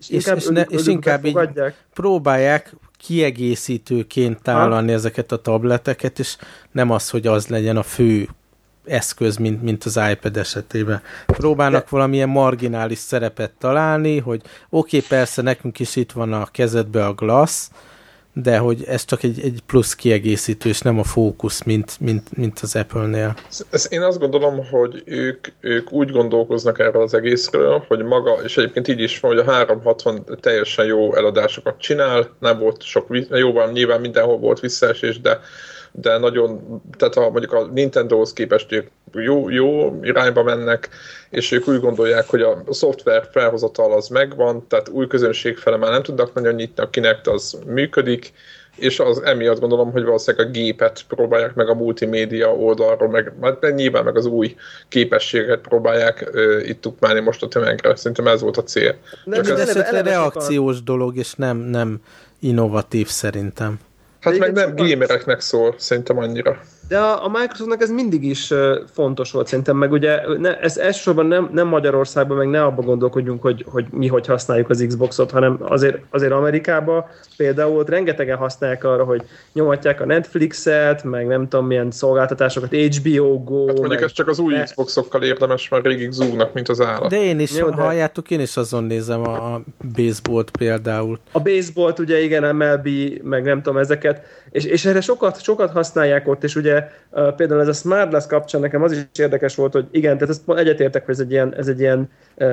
és inkább így próbálják kiegészítőként tálalni ezeket a tableteket, és nem az, hogy az legyen a fő eszköz, mint az iPad esetében. Próbálnak valamilyen marginális szerepet találni, hogy oké, persze nekünk is itt van a kezedbe a Glass, de hogy ez csak egy plusz kiegészítő, és nem a fókusz, mint az Apple-nél. Én azt gondolom, hogy ők úgy gondolkoznak erről az egészről, hogy maga, és egyébként így is van, hogy a 360 teljesen jó eladásokat csinál, nem volt sok, jóval nyilván mindenhol volt visszaesés, de nagyon, tehát mondjuk a Nintendohoz képest ők jó irányba mennek, és ők úgy gondolják, hogy a szoftver felhozatal az megvan, tehát új közönség fele már nem tudnak nagyon nyitni, a Kinect az működik, és az emiatt gondolom, hogy valószínűleg a gépet próbálják meg a multimédia oldalról, meg nyilván meg az új képességeket próbálják itt tukmálni most a tömegre. Szerintem ez volt a cél. Ez reakciós dolog, és nem innovatív szerintem. Hát meg nem gamereknek szól, szerintem annyira. De a Microsoftnak ez mindig is fontos volt szerintem, meg ugye ez elsősorban nem Magyarországban, meg ne abba gondolkodjunk, hogy mi hogy használjuk az Xboxot, hanem azért Amerikában például ott rengetegen használják arra, hogy nyomatják a Netflixet, meg nem tudom milyen szolgáltatásokat, HBO Go. Hát mondjuk ez csak az új Xboxokkal érdemes, mert régig zúgnak, mint az állat. De én is, halljátok, én is azon nézem a baseballt például. A baseballt ugye igen, MLB, meg nem tudom ezeket, és erre sokat használják ott, és ugye például ez a Smart Glass kapcsán nekem az is érdekes volt, hogy igen, tehát ezt egyetértek, hogy ez egy ilyen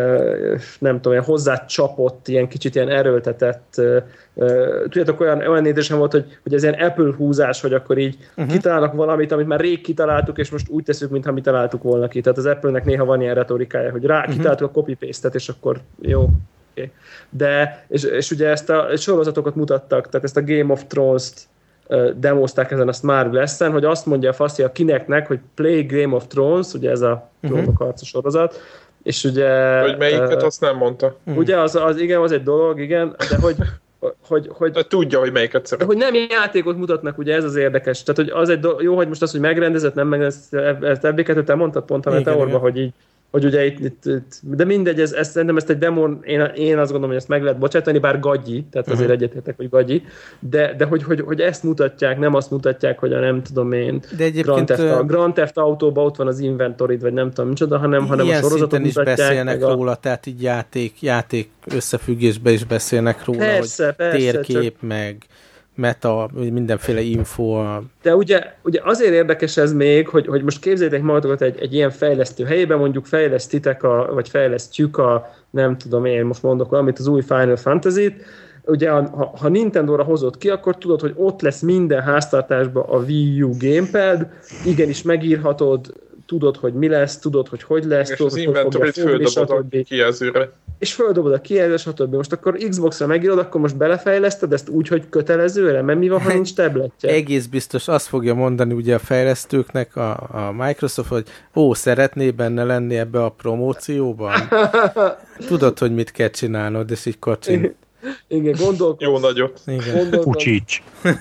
nem tudom, ilyen hozzácsapott, ilyen kicsit ilyen erőltetett, tudjátok, olyan érzésem volt, hogy ez ilyen Apple húzás, hogy akkor így kitalálnak valamit, amit már rég kitaláltuk, és most úgy teszünk, mintha mi találtuk volna ki. Tehát az Apple-nek néha van ilyen retorikája, hogy kitaláltuk a copy-paste-et, és akkor jó. Okay. De, és ugye ezt a sorozatokat mutattak, tehát ezt a Game of Thrones-t demozták ezen a Smart Glass-en, hogy azt mondja a faszi a Kinectnek, hogy play Game of Thrones, ugye ez a trónok harca sorozat, és ugye... Hogy melyiket, azt nem mondta. Ugye igen, az egy dolog, igen, de hogy de tudja, hogy melyiket szeret. Hogy nem játékot mutatnak, ugye ez az érdekes. Tehát, hogy az egy jó, hogy most az, hogy megrendezett, nem megrendezett, ezt FB2 te mondtad pont, amit te orva, hogy így hogy ugye itt de mindegy, szerintem ezt egy demón, én azt gondolom, hogy ezt meg lehet bocsátani, bár gagyi, tehát azért egyetértek, hogy gagyi, de hogy ezt mutatják, nem azt mutatják, hogy a nem tudom én, Grand Theft Autóban ott van az inventorid, vagy nem tudom micsoda, hanem a sorozatot is mutatják. beszélnek róla, tehát így játék összefüggésben is beszélnek róla, persze, hogy térkép, meg meta, mindenféle info. De ugye azért érdekes ez még, hogy most képzeljétek magatokat egy ilyen fejlesztő helyében, mondjuk fejlesztitek vagy fejlesztjük nem tudom én, most mondok valamit, az új Final Fantasy-t, ugye ha Nintendo-ra hozott ki, akkor tudod, hogy ott lesz minden háztartásban a Wii U gamepad, igenis megírhatod, tudod, hogy mi lesz, tudod, hogy lesz, és tudod, az inventory-t földobod a kijelzőre. És földobod a kijelző, stb. Most akkor Xbox-ra megírod, akkor most belefejleszted ezt úgy, hogy kötelezőre? Mert mi van, ha nincs tabletje? Egész biztos azt fogja mondani ugye a fejlesztőknek a Microsoft, hogy szeretné benne lenni ebbe a promócióban? Tudod, hogy mit kell csinálnod, és így kacsin. Igen, gondolkodsz. Jó nagyot. Ucsíts.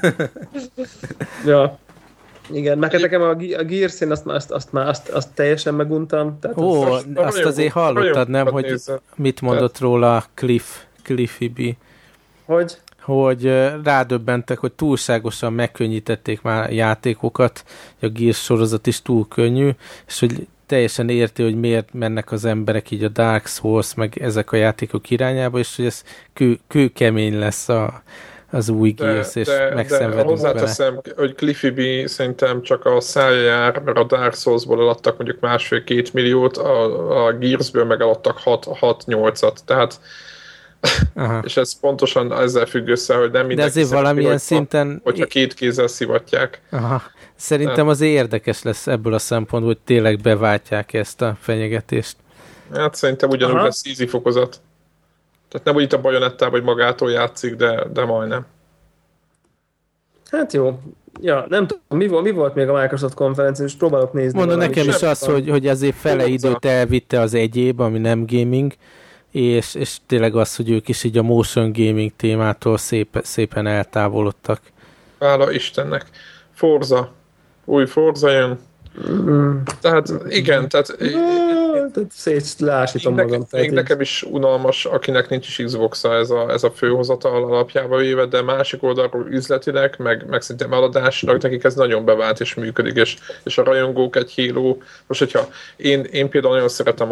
Ja. Igen, mert nekem a Gears, én azt teljesen meguntam. Tehát azt azért hallottad, nem, hogy mit mondott róla Cliffy B. Hogy rádöbbentek, hogy túlságosan megkönnyítették már játékokat, a Gears sorozat is túl könnyű, és hogy teljesen érti, hogy miért mennek az emberek így a Dark Souls, meg ezek a játékok irányába, és hogy ez kőkemény lesz az új Gears, és megszenvedünk vele. Hozzáteszem, hogy Cliffy B szerintem csak a szája jár, mert a Dark Souls-ból eladtak mondjuk 1,5-2 milliót, a Gearsből meg eladtak 6-8-at, tehát és ez pontosan ezzel függ össze, hogy nem mindenki azért valamilyen szinten... hogyha két kézzel szivatják. Szerintem azért érdekes lesz ebből a szempontból, hogy tényleg beváltják ezt a fenyegetést. Hát szerintem ugyanúgy lesz easy fokozat. Tehát nem úgy itt a Bajonettában, hogy magától játszik, de majdnem. Hát jó. Ja, nem tudom, mi volt még a Microsoft konferencián, és próbálok nézni. Mondom nekem is az, hogy azért fele időt elvitte az egyéb, ami nem gaming, és tényleg az, hogy ők is így a motion gaming témától szépen eltávolodtak. Hála Istennek. Forza. Új Forza jön. Tehát igen, tehát szétlásítom magam. Nekem is unalmas, akinek nincs is Xbox-a ez a főhozatal alapjába véve, de másik oldalról üzletileg, meg szerintem eladásilag nekik ez nagyon bevált és működik, és a rajongók egy Halo. Most, hogyha én például nagyon szeretem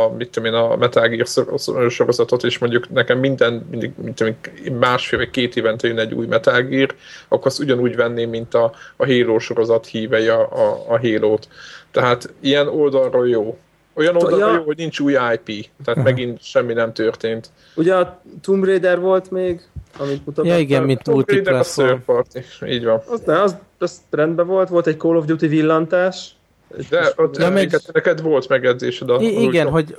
a Metal Gear sorozatot, és mondjuk nekem mindig másfél vagy 2 évente jön egy új Metal Gear, akkor azt ugyanúgy venném, mint a Halo sorozat hívei a Halo-t. Tehát ilyen oldalról jó. Olyan oldalról jó, hogy nincs új IP. Tehát megint semmi nem történt. Ugye a Tomb Raider volt még, amit mutattak. Ja igen, mint multiplatform. Így van. Az rendben volt egy Call of Duty villantás. De neked volt megedzésed igen, hogy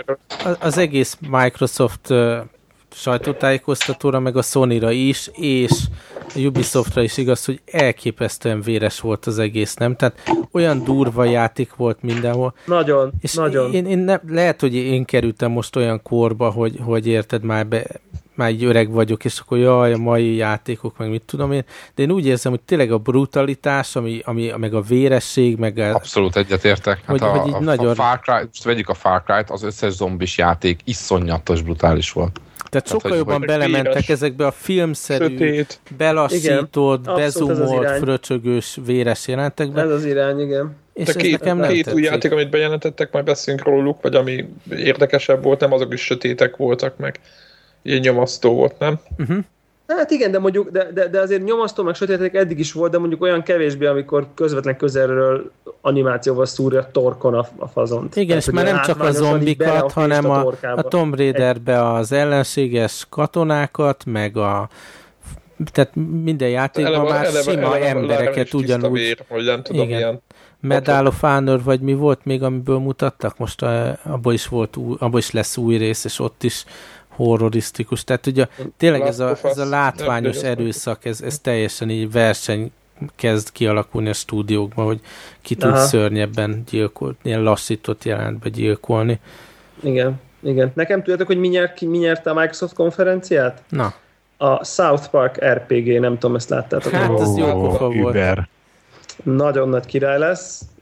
az egész Microsoft sajtótájékoztatóra, meg a Sony-ra is, és a Ubisoftra is igaz, hogy elképesztően véres volt az egész, nem? Tehát olyan durva játék volt mindenhol. Nagyon, és nagyon. Lehet, hogy én kerültem most olyan korba, hogy érted, már egy öreg vagyok, és akkor jaj, a mai játékok, meg mit tudom én, de én úgy érzem, hogy tényleg a brutalitás, ami meg a véresség, meg abszolút egyetértek. Hát a Far Cry, most vegyük a Far Cry-t, az összes zombis játék iszonyatos brutális volt. Tehát sokkal jobban belementek ezekbe a filmszerű, belassított, bezumolt, fröcsögős, véres jelentekbe. Ez az irány, igen. És két új játék, amit bejelentettek, majd beszélünk róluk, vagy ami érdekesebb volt, nem azok is sötétek voltak meg. Ilyen nyomasztó volt, nem? Hát igen, de mondjuk, de azért nyomasztó, meg sötétek eddig is volt, de mondjuk olyan kevésbé, amikor közvetlen közelről animációval szúrja a torkon a fazont. Igen, tehát, és már nem csak a zombikat, hanem a Tomb Raiderbe az ellenséges katonákat, meg tehát minden játékban már sima embereket ugyanúgy. Vér, nem tudom, igen. Ilyen Medal of Honor, vagy mi volt még, amiből mutattak? Most abból is lesz új rész, és ott is horrorisztikus. Tehát ugye tényleg ez a látványos erőszak, ez teljesen így verseny kezd kialakulni a stúdiókban, hogy ki tud szörnyebben gyilkolni, ilyen lassított jelentbe gyilkolni. Igen. Nekem tudjátok, hogy mi nyerte a Microsoft konferenciát? Na. A South Park RPG, nem tudom, ezt láttátok. Hát ez jó pofa volt. Nagyon nagy király lesz.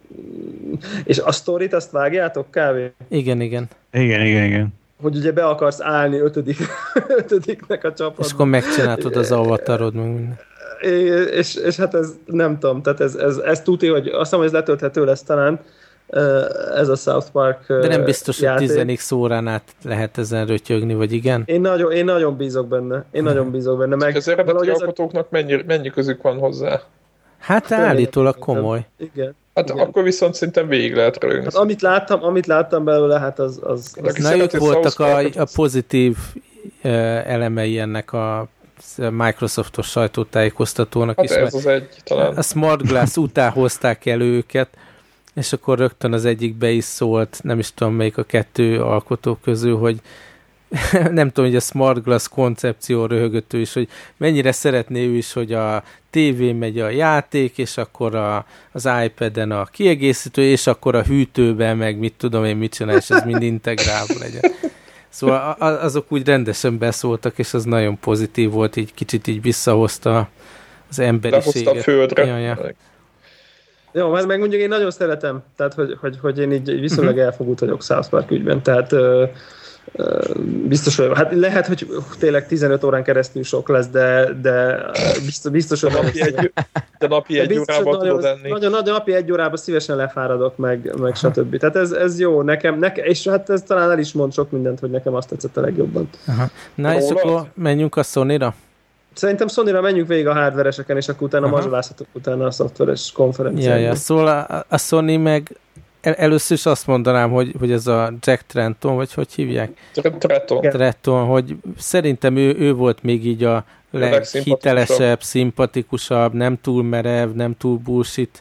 És a sztorit azt vágjátok kávé? Igen. Hogy ugye be akarsz állni ötödiknek a csapatban. És akkor megcsináltod az avatarod, meg minden. És hát ez nem tudom, tehát ez tudja, hogy azt hiszem, hogy ez letölthető lesz talán, ez a South Park De nem biztos, hogy 10x órán át lehet ezen rötyögni, vagy igen? Én nagyon bízok benne. Meg az eredeti alkotóknak mennyi közük van hozzá? Hát állítólag komoly. Igen. Hát igen. Akkor viszont szerintem végig lehet rögni. Hát amit láttam belőle, hát az... Na, ők voltak a pozitív elemei ennek a Microsoftos sajtótájékoztatónak hát is. Ez az egy, talán. A Smart Glass után hozták el őket, és akkor rögtön az egyikbe is szólt, nem is tudom melyik a kettő alkotó közül, hogy nem tudom, hogy a Smart Glass koncepció röhögött ő is, hogy mennyire szeretné ő is, hogy a tévén megy a játék, és akkor az iPad-en a kiegészítő, és akkor a hűtőben meg mit tudom én mit csinál, és ez mind integrálva legyen. Szóval azok úgy rendesen beszóltak, és az nagyon pozitív volt, így kicsit így visszahozta az emberiséget. Lehozta a földre. Ja. Jó, mert meg mondjuk én nagyon szeretem, tehát hogy én így viszonylag elfogult vagyok South Park ügyben, tehát biztos, hogy hát lehet, hogy tényleg 15 órán keresztül sok lesz, de biztos, hogy napi egy órában tudod enni. Nagyon napi egy órában szívesen lefáradok, meg stb. Tehát ez jó nekem, és hát ez talán el is mond sok mindent, hogy nekem azt tetszett a legjobban. Aha. Na és akkor menjünk a Sony-ra? Szerintem Sony-ra menjünk végig a hardvereseken, és akkor utána mazsolázhatok utána a szoftveres konferencián. Ja, szóval a Sony meg először is azt mondanám, hogy ez a Jack Tretton, vagy hogy hívják? Tretton, hogy szerintem ő volt még így a leghitelesebb, szimpatikusabb, nem túl merev, nem túl bullshit.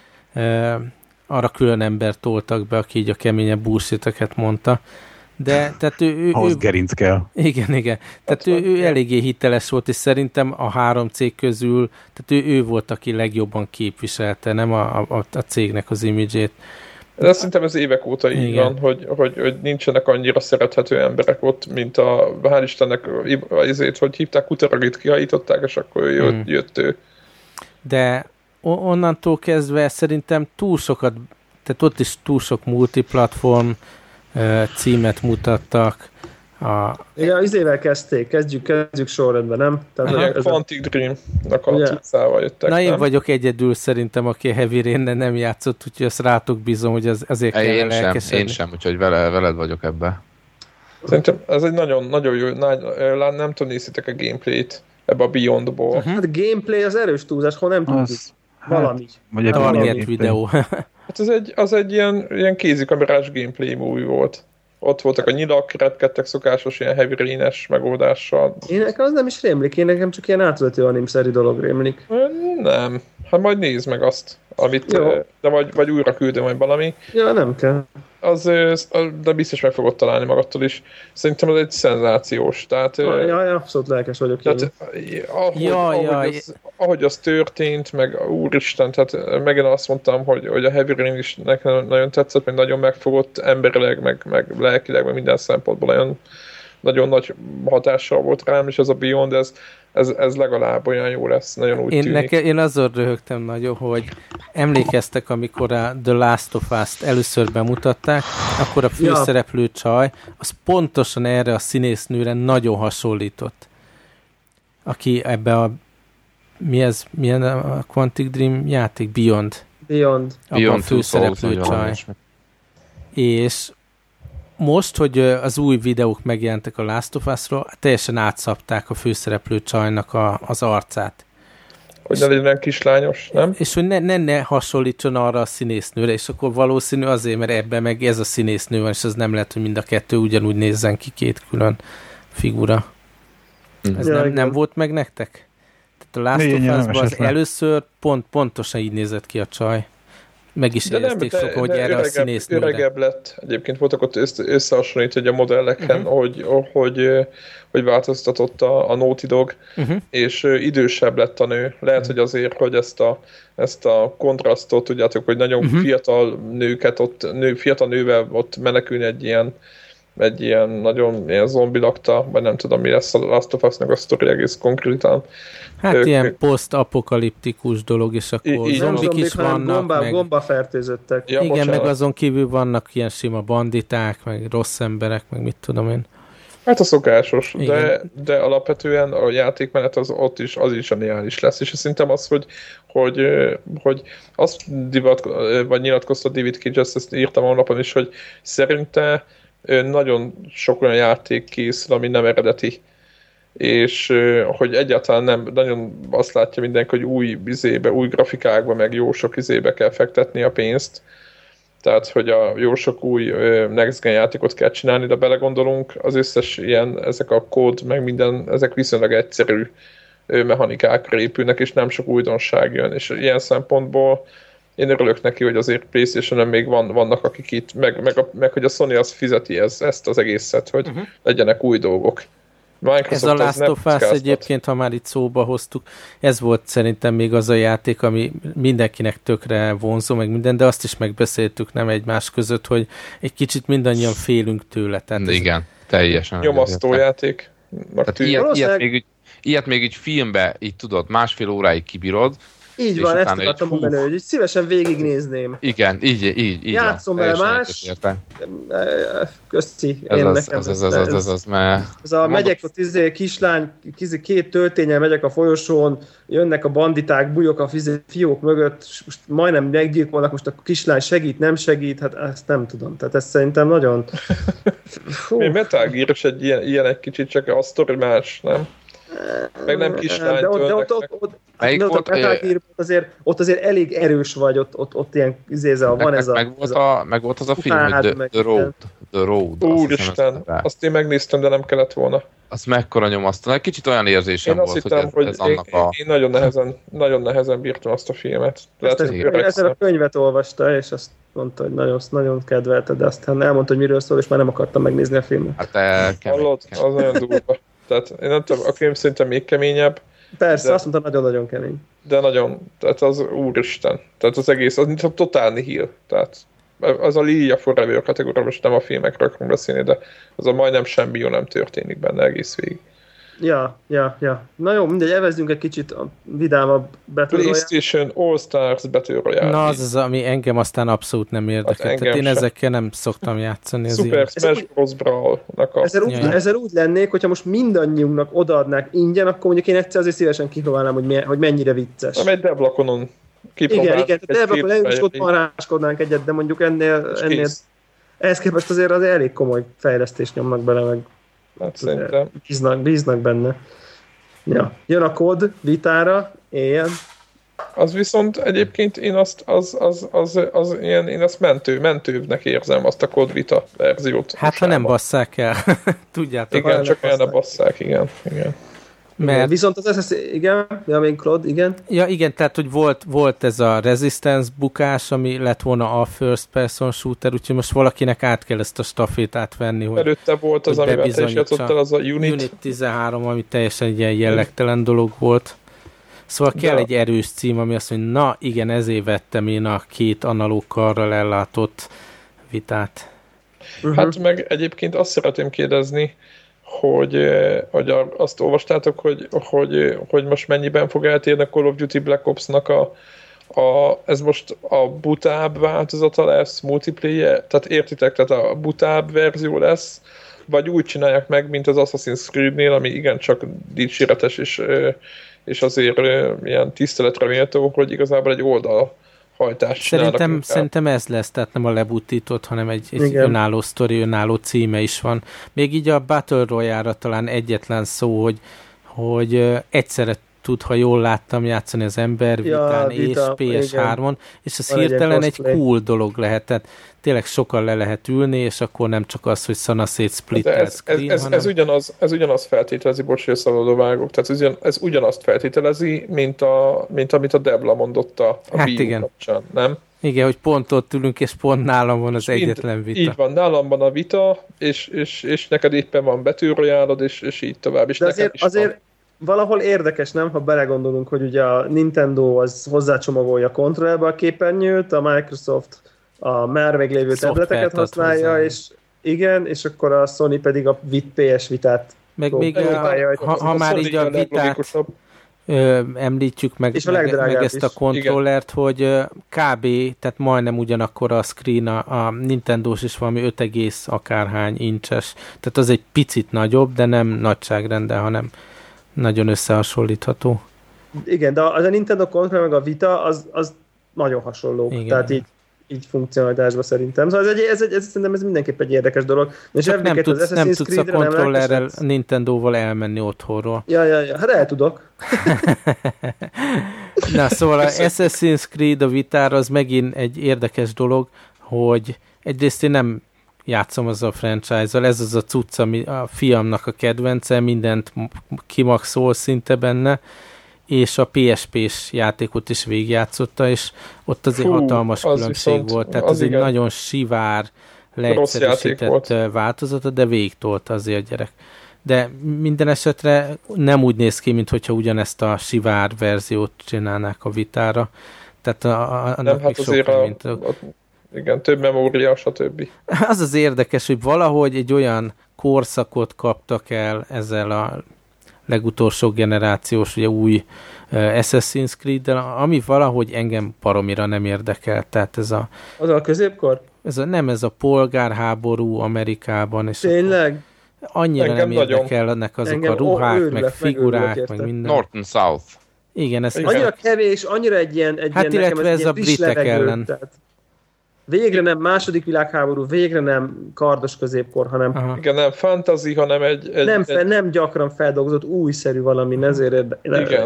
Arra külön embert toltak be, aki így a keményebb bullshiteket mondta. De tehát ő gerinc kell. Igen. Tehát ő eléggé hiteles volt, és szerintem a 3 cég közül, tehát ő volt, aki legjobban képviselte, nem a cégnek az imidzsét. De szerintem ez évek óta így van, hogy nincsenek annyira szerethető emberek ott, mint hál' Istennek azért, hogy hívták, Kutaragit kihajították, és akkor jött ő. De onnantól kezdve szerintem túl sokat, tehát ott is túl sok multiplatform címet mutattak. Igen, izével kezdték, kezdjük sorrendben, nem? Tehát Quantic Dream-nak a cuccával jöttek. Na én vagyok egyedül szerintem, aki a Heavy Rain-en nem játszott, úgyhogy azt rátok bízom, hogy azért kell lelkesedni. Én sem, úgyhogy veled vagyok ebbe. Szerintem ez egy nagyon jó, nem tudom, néztétek a gameplayt ebbe a Beyond-ból. Hát a gameplay az erős túlzás, hol nem tudjuk. Valami. Vagy egy videó. Hát az egy ilyen kézikamerás gameplay movie volt. Ott voltak a nyilak, repkedtek szokásos ilyen Heavy Rain-es megoldással. Én nekem az nem is rémlik, én nekem csak ilyen átvezető animszerű dolog rémlik. Nem, hát majd nézd meg azt, amit, de vagy újra küldöm majd valami. Ja, nem kell. De biztos meg fogod találni magadtól is. Szerintem ez egy szenzációs. Tehát, abszolút lelkes vagyok. Tehát, ahogy az történt, meg úristen, tehát megint azt mondtam, hogy a Heavy Rain is nekem nagyon tetszett, meg nagyon megfogott emberileg, meg lelkileg, meg minden szempontból nagyon nagy hatással volt rám, és ez a Beyond, ez legalább olyan jó lesz, nagyon úgy tűnik. Én azon röhögtem nagyon, hogy emlékeztek, amikor a The Last of Us-t először bemutatták, akkor a főszereplő csaj, az pontosan erre a színésznőre nagyon hasonlított. Aki ebbe milyen a Quantic Dream játék? Beyond. Abban a főszereplő csaj. És most, hogy az új videók megjelentek a Last of Us-ról, teljesen átszapták a főszereplő csajnak az arcát. Hogy ne legyen kislányos, nem? És hogy ne hasonlítson arra a színésznőre, és akkor valószínű azért, mert ebben meg ez a színésznő van, és az nem lehet, hogy mind a kettő ugyanúgy nézzen ki, két külön figura. Ez nem volt meg nektek? Tehát a Last of Us-ban az először pontosan így nézett ki a csaj. Meg is érezték sok, hogy erre a színésznőre. Öregebb lett. Egyébként voltak ott összehasonlítani a modelleken, hogy változtatott a Naughty Dog, és idősebb lett a nő. Lehet, hogy azért, hogy ezt a kontrasztot, tudjátok, hogy nagyon fiatal nőket fiatal nővel ott menekülni egy ilyen egy ilyen nagyon ilyen zombilakta, vagy nem tudom mi lesz a Last of Us-nak a sztori egész konkrétan. Hát ilyen posztapokaliptikus dolog, és akkor zombik is vannak. Gombafertőzöttek. Ja, igen, meg azon kívül vannak ilyen sima banditák, meg rossz emberek, meg mit tudom én. Hát a szokásos, de alapvetően a játékmenet az is zseniális lesz, és szerintem az, hogy azt vagy nyilatkozta David Cage, ezt írtam a honlapon is, hogy szerinte nagyon sok olyan játék készül, ami nem eredeti, és hogy egyáltalán nem, nagyon azt látja mindenki, hogy új grafikákba, meg jó sok izébe kell fektetni a pénzt, tehát, hogy jó sok új Next Gen játékot kell csinálni, de belegondolunk, az összes ilyen, ezek a kód, meg minden, ezek viszonylag egyszerű mechanikákra épülnek, és nem sok újdonság jön, és ilyen szempontból én örülök neki, hogy azért PlayStation-en még vannak, akik itt, meg hogy a Sony az fizeti ezt az egészet, hogy legyenek új dolgok. Ez a Last of Us egyébként, ha már itt szóba hoztuk, ez volt szerintem még az a játék, ami mindenkinek tökre vonzó, meg minden, de azt is megbeszéltük nem egymás között, hogy egy kicsit mindannyian félünk tőle. Tehát igen, teljesen. Nyomasztó játék. Ilyet még így filmbe, így tudod, másfél óráig kibírod. Így van, ezt akartam mondani, hogy szívesen végignézném. Igen, így játszom vele más. Köszi. Megyek ott kislány, két töltényel megyek a folyosón, jönnek a banditák, bújok a fiók mögött, most majdnem meggyilkolnak, most a kislány segít, nem segít, hát ezt nem tudom. Tehát ez szerintem nagyon... Mi Metal Gear is egy egy kicsit, csak a sztori más, nem? Meg nem kislány tőlnek. Ott azért elég erős vagy, ott ilyen van ez a... Meg volt az a film, hogy The Road. Úristen, azt én megnéztem, de nem kellett volna. Az mekkora nyomasztó. Kicsit olyan érzésem volt, hittem, hogy ez annak én nagyon nehezen bírtam azt a filmet. Ezzel a könyvet olvasta, és azt mondta, hogy nagyon kedvelte, de aztán elmondta, hogy miről szól, és már nem akartam megnézni a filmet. Hát hallod, az nagyon durva. Tehát én nem tudom, a film szerintem még keményebb. Persze, azt mondta, nagyon-nagyon kemény. De nagyon, tehát az úristen. Tehát az egész, az mint a totál nihil. Tehát az a Lilia Forever kategória, most nem a filmekről akarunk beszélni, de az a majdnem semmi jó nem történik benne egész végig. Ja. Na jó, mindegy, evezzünk egy kicsit a vidámabb Battle Royale. PlayStation All-Stars Battle Royale. Na az, ami engem aztán abszolút nem érdekel. Hát tehát én ezekkel nem szoktam játszani. Super Smash Bros. Brawl-nak ezzel úgy lennék, hogyha most mindannyiunknak odaadnák ingyen, akkor mondjuk én egyszer azért szívesen kipróbálnám, hogy mennyire vicces. Nem egy Deblaconon kipróbálnám. Igen, Deblaconon leülünk, és ott maráskodnánk egyet, de mondjuk ennél ehhez képest azért az elég komoly fejlesztést nyomnak bele, meg hát szerintem. Bíznak benne. Ja. Jön a kód vitára, éjjel. Az viszont egyébként én azt mentőbbnek érzem, azt a kódvita verziót. Hát ha nem basszák el. Tudjátok. Igen, csak el ne basszák, igen. Mert... Viszont az SS, igen, még Claude, igen. Ja, igen, tehát, hogy volt ez a Resistance bukás, ami lett volna a first person shooter, úgyhogy most valakinek át kell ezt a stafétát venni, hogy előtte volt az, amivel te is játszottál, az a Unit 13, ami teljesen egy ilyen jellegtelen dolog volt. Szóval kell egy erős cím, ami azt mondja, na igen, ezért vettem én a két analóg karral ellátott vitát. Hát meg egyébként azt szeretném kérdezni, hogy azt olvastátok, hogy most mennyiben fog eltérni a Call of Duty Black Ops-nak ez most a butább változata lesz, multiplayer, tehát értitek, tehát a butább verzió lesz, vagy úgy csinálják meg, mint az Assassin's Creed-nél, ami igencsak dicséretes, és azért ilyen tiszteletre méltó, hogy igazából egy oldalhajtást csinálnak. Szerintem ez lesz, tehát nem a lebutított, hanem egy önálló sztori, önálló címe is van. Még így a Battle Royale-ra talán egyetlen szó, hogy egyszerre tud, ha jól láttam, játszani az ember vitán és PS3-on, és az hirtelen egy cool dolog lehet. Tehát tényleg sokan le lehet ülni, és akkor nem csak az, hogy szanaszét splittelt screen, hanem... Ez ugyanaz feltételezi, bocs, hogy szabadon vágok, tehát ez ugyanazt feltételezi, mint amit a Debla mondott a Wii U kapcsán, nem? Igen, hogy pont ott ülünk, és pont nálam van az egyetlen vita. Így van, nálam van a vita, és neked éppen van betűrojálod, és így tovább. És de azért valahol érdekes, nem? Ha belegondolunk, hogy ugye a Nintendo az hozzácsomagolja kontrollerbe a képernyőt, a Microsoft a már meglévő tableteket használja, igen, és akkor a Sony pedig a PS Vitát meg még ha már így a Vitát említjük meg ezt a kontrollert, hogy kb. Tehát majdnem ugyanakkor a screen a Nintendo-s is valami 5, akárhány incses. Tehát az egy picit nagyobb, de nem nagyságrendel, hanem nagyon összehasonlítható. Igen, de az a Nintendo kontroller meg a Vita az nagyon hasonló. Igen. Tehát így funkcionalitásban szerintem. Szóval szerintem ez mindenképp egy érdekes dolog. És csak nem tudsz a kontrollerrel Nintendo-val elmenni otthonról. Ja, hát el tudok. Na, szóval a Assassin's Creed a Vitára az megint egy érdekes dolog, hogy egyrészt én nem játszom azzal a franchise-zal, ez az a cucc, ami a fiamnak a kedvence, mindent kimaxol szinte benne, és a PSP-s játékot is végigjátszotta, és ott azért hatalmas különbség volt, tehát az egy nagyon sivár, leegyszerűsített változata, de végigtolta azért a gyerek. De minden esetre nem úgy néz ki, mintha ugyanezt a sivár verziót csinálnák a Vitára. Tehát nem, hát azért igen, több memória, stb. Az érdekes, hogy valahogy egy olyan korszakot kaptak el ezzel a legutolsó generációs, ugye új Assassin's Creed-del, ami valahogy engem baromira nem érdekel. Tehát ez a... Az a középkor? Ez a polgárháború Amerikában. És tényleg? Annyira engem nem érdekelnek azok a ruhák, meg figurák, meg minden. North and South. Igen, ez... Annyira kevés, annyira egy ilyen hát illetve ez a britek ellen. Tehát végre nem második világháború, végre nem kardos középkor, hanem... Igen, nem fantasy, hanem nem gyakran feldolgozott újszerű valami, ezért...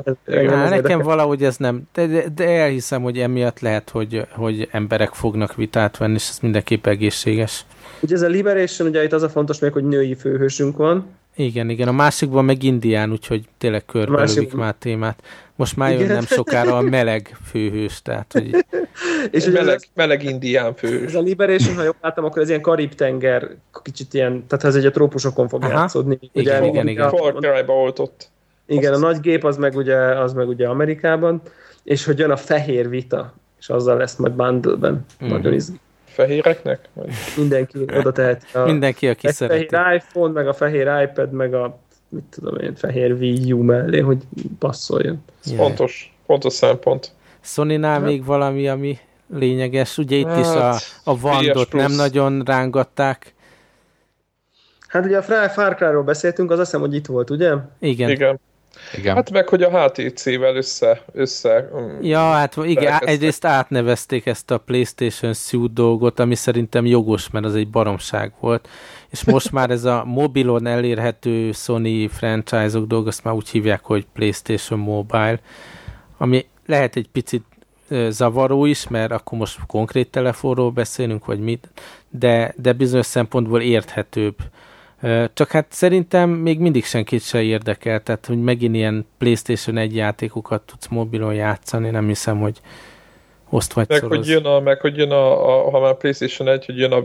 Nekem valahogy ez nem... De elhiszem, hogy emiatt lehet, hogy emberek fognak vitát venni, és ez mindenképp egészséges. Ugye ez a Liberation, ugye itt az a fontos még, hogy női főhősünk van. Igen, a másikban meg indián, úgyhogy tényleg körbelövik már témát. Most már jön nem sokára a meleg főhős, tehát hogy... és meleg indián főhős. Ez a Liberation, ha jól láttam, akkor ez ilyen Karib-tenger, kicsit ilyen, tehát ez egy a trópusokon fog játszódni. Igen. Far Cry-ba oltott. Igen, a nagy gép az meg ugye Amerikában, és hogy jön a fehér Vita, és azzal lesz majd bundle-ben. Nagyon izgi. Fehéreknek? Mindenki oda teheti. Mindenki, aki szereti. Fehér iPhone, meg a fehér iPad, meg a mit tudom én, fehér Wii U mellé, hogy passzoljon. Fontos szempont. Sony-nál még valami, ami lényeges. Ugye itt is a Wandot nem nagyon rángatták. Hát ugye a Far Cry-ról beszéltünk, az azt hiszem, hogy itt volt, ugye? Igen. Hát meg, hogy a HTC-vel össze ja, hát igen, egyrészt átnevezték ezt a PlayStation Suite dolgot, ami szerintem jogos, mert az egy baromság volt. És most már ez a mobilon elérhető Sony franchise-ok dolg, azt már úgy hívják, hogy PlayStation Mobile, ami lehet egy picit zavaró is, mert akkor most konkrét telefonról beszélünk, vagy mit, de bizonyos szempontból érthetőbb. Csak hát szerintem még mindig senkit se érdekel, tehát hogy megint ilyen PlayStation 1 játékokat tudsz mobilon játszani, nem hiszem, hogy oszt vagy szoroz. Meg hogy jön ha már PlayStation 1, hogy jön a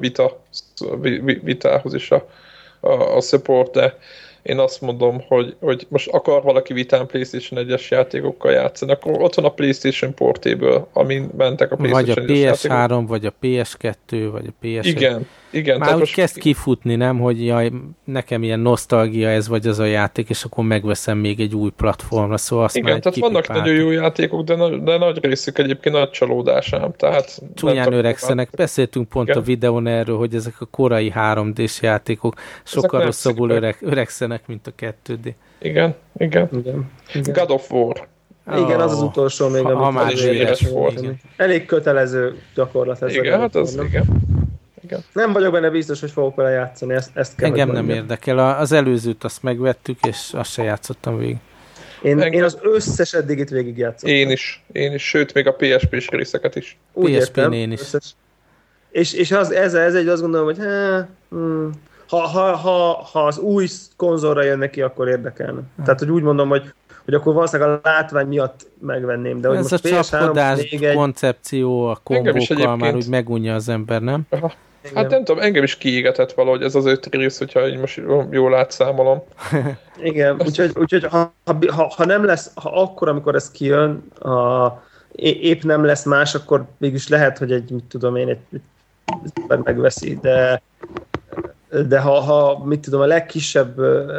Vitához is a support, de én azt mondom, hogy most akar valaki Vitán PlayStation 1-es játékokkal játszani, akkor ott van a PlayStation Portable, amin mentek a PlayStation 1-es játékok. Vagy a PS3, játékok. Vagy a PS2, vagy a PS1. Igen. Már úgy kezd kifutni, nem, hogy jaj, nekem ilyen nosztalgia ez vagy az a játék, és akkor megveszem még egy új platformra, szóval azt igen, tehát vannak nagyon jó játékok, de nagy részük egyébként nagy csalódásám. Tehát csúnyán öregszenek. Beszéltünk pont a videón erről, hogy ezek a korai 3D-s játékok sokkal rosszabbul öregszenek, mint a 2D. Igen. God of War. Igen, az utolsó még, amit éves volt. Elég kötelező gyakorlat ez. Igen, hát az, igen. Nem vagyok benne biztos, hogy fogok vele játszani, ezt kell. Engem nem érdekel. Az előzőt azt megvettük, és azt se játszottam végig. Én az összes eddigit végig játszottam. Én is, sőt, még a PSP-s részeket is. PSP-n én is. És ez egy azt gondolom, hogy ha az új konzolra jön neki, akkor érdekelne. Tehát, hogy úgy mondom, hogy akkor valószínűleg a látvány miatt megvenném. De ez hogy a csapkodás koncepció, a kombókkal már úgy megunja az ember, nem? Aha. Hát nem tudom, engem is kiégetett valahogy ez az 5 rész, hogyha így most jól átszámolom. Igen, úgyhogy ha nem lesz, ha akkor, amikor ez kijön, épp nem lesz más, akkor mégis lehet, hogy egy, mit tudom én, egy megveszi, de de ha mit tudom, a legkisebb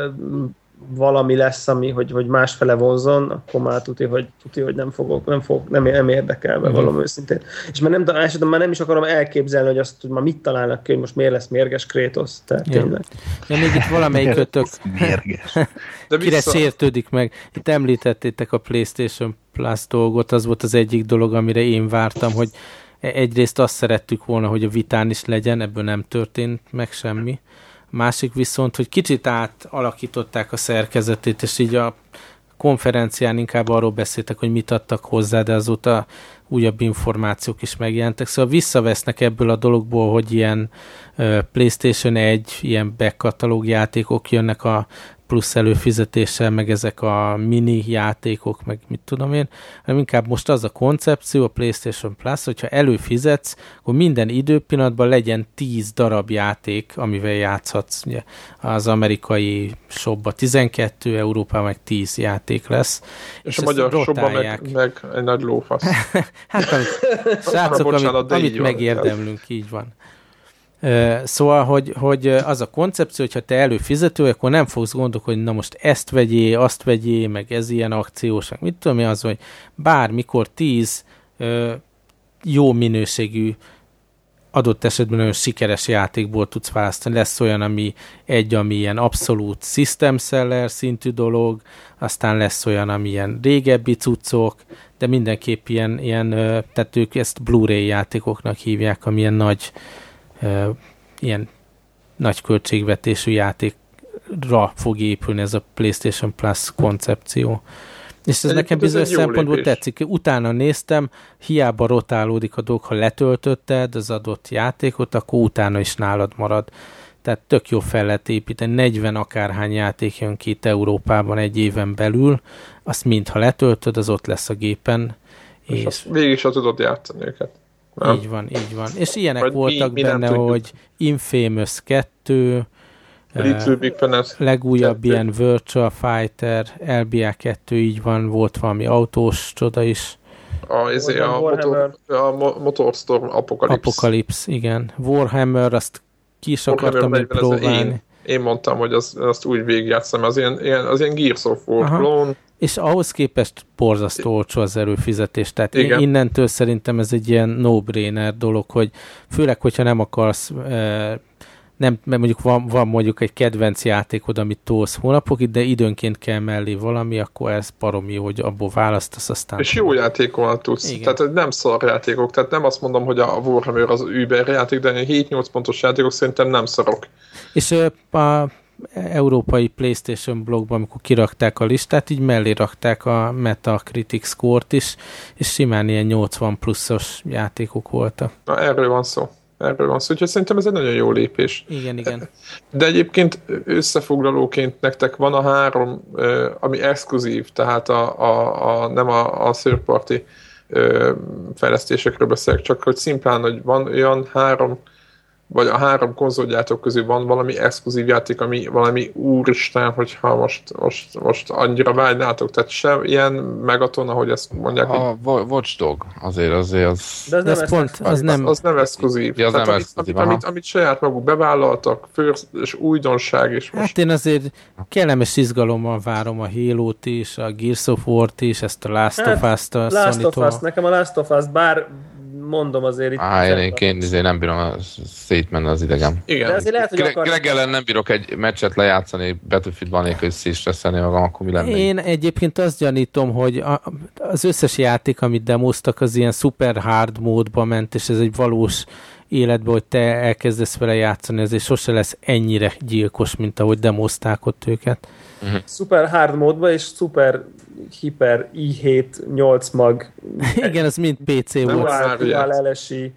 valami lesz, ami, hogy másfele vonzon, akkor már tuti, hogy nem érdekel be valami őszintén. És már nem is akarom elképzelni, hogy azt, hogy már mit találnak ki, hogy most miért lesz mérges Kratos. Tehát tényleg. Ja, még itt valamelyikőtök kire sértődik meg. Itt említettétek a PlayStation Plus dolgot, az volt az egyik dolog, amire én vártam, hogy egyrészt azt szerettük volna, hogy a vitán is legyen, ebből nem történt meg semmi. Másik viszont, hogy kicsit átalakították a szerkezetét, és így a konferencián inkább arról beszéltek, hogy mit adtak hozzá, de azóta újabb információk is megjelentek. Szóval visszavesznek ebből a dologból, hogy ilyen PlayStation 1, ilyen back katalóg játékok jönnek a plusz előfizetéssel, meg ezek a mini játékok, meg mit tudom én, hanem inkább most az a koncepció, a PlayStation Plus, hogyha előfizetsz, akkor minden időpillanatban legyen 10 darab játék, amivel játszhatsz. Ugye az amerikai shopba 12, Európában meg 10 játék lesz. És a magyar shopban meg egy nagy lófasz. Hát srácok, amit megérdemlünk, így van. Szóval, hogy az a koncepció, hogyha te előfizető, akkor nem fogsz gondolkodni, na most ezt vegyél, azt vegyél, meg ez ilyen akciós, meg mit tudom én, az, hogy bármikor 10 jó minőségű, adott esetben nagyon sikeres játékból tudsz választani. Lesz olyan, ami ilyen abszolút system seller szintű dolog, aztán lesz olyan, ami ilyen régebbi cuccok, de mindenképp ilyen tehát ők ezt Blu-ray játékoknak hívják, ami ilyen nagy költségvetésű játékra fog épülni ez a PlayStation Plus koncepció. És ez nekem bizonyos szempontból tetszik. Utána néztem, hiába rotálódik a dolog, ha letöltötted az adott játékot, akkor utána is nálad marad. Tehát tök jó fel lehet építeni. 40 akárhány játék jön ki itt Európában egy éven belül, azt mind, ha letöltöd, az ott lesz a gépen. És végig is tudod játszani őket. Nem? Így van. És ilyenek vagy voltak benne, hogy Infamous 2, legújabb 2. Ilyen Virtua Fighter, LBA 2, így van, volt valami autós csoda is. A Motorstorm Apocalypse, igen. Warhammer, azt ki is akartam még próbálni. Én mondtam, hogy azt úgy végigjátszom, az ilyen Gears of War klón. És ahhoz képest borzasztó olcsó az előfizetés. Tehát innentől szerintem ez egy ilyen no-brainer dolog, hogy főleg, hogyha nem akarsz, mert mondjuk van mondjuk egy kedvenc játékod, amit tolsz hónapokig, de időnként kell mellé valami, akkor ez baromi jó, hogy abból választasz aztán. És jó játékon tudsz. Igen. Tehát nem szar játékok. Tehát nem azt mondom, hogy a Warhammer az Uber játék, de 7-8 pontos játékok szerintem nem szarok. És a európai PlayStation blogban, amikor kirakták a listát, így mellé rakták a Metacritic score-t is, és simán ilyen 80 pluszos játékok voltak. Na, erről van szó, úgyhogy szerintem ez egy nagyon jó lépés. Igen. De egyébként összefoglalóként nektek van a 3, ami exkluzív, tehát nem a third party fejlesztésekről beszélek, csak hogy szimplán, hogy van olyan 3, vagy a 3 konzolgyártók közül van valami exkluzív játék, ami valami úristen, hogyha most annyira vágynátok, tehát sem ilyen Megaton, ahogy ezt mondják. A Watch Dog azért az... De az nem exkluzív. Ja, tehát, amit saját maguk bevállaltak, és újdonság, és most... Hát én azért kellemes izgalommal várom a Halo-t is, a Gears of War-t is, ezt a Last of Us-t, a Sony-tól. Nekem a Last of Us, bár mondom azért itt... Én nem bírom szétmenni az idegem. Igen. De azért lehet, hogy Greg ellen nem bírok egy meccset lejátszani, Battlefieldban nélkül szétstresszelni magam, akkor mi lenne? Én egyébként azt gyanítom, hogy az összes játék, amit demoztak, az ilyen super hard módba ment, és ez egy valós életben, hogy te elkezdesz vele játszani, ezért sose lesz ennyire gyilkos, mint ahogy demozták ott őket. Super hard módba, és super hiper i7 8 mag. Igen, az mind PC volt. LSI.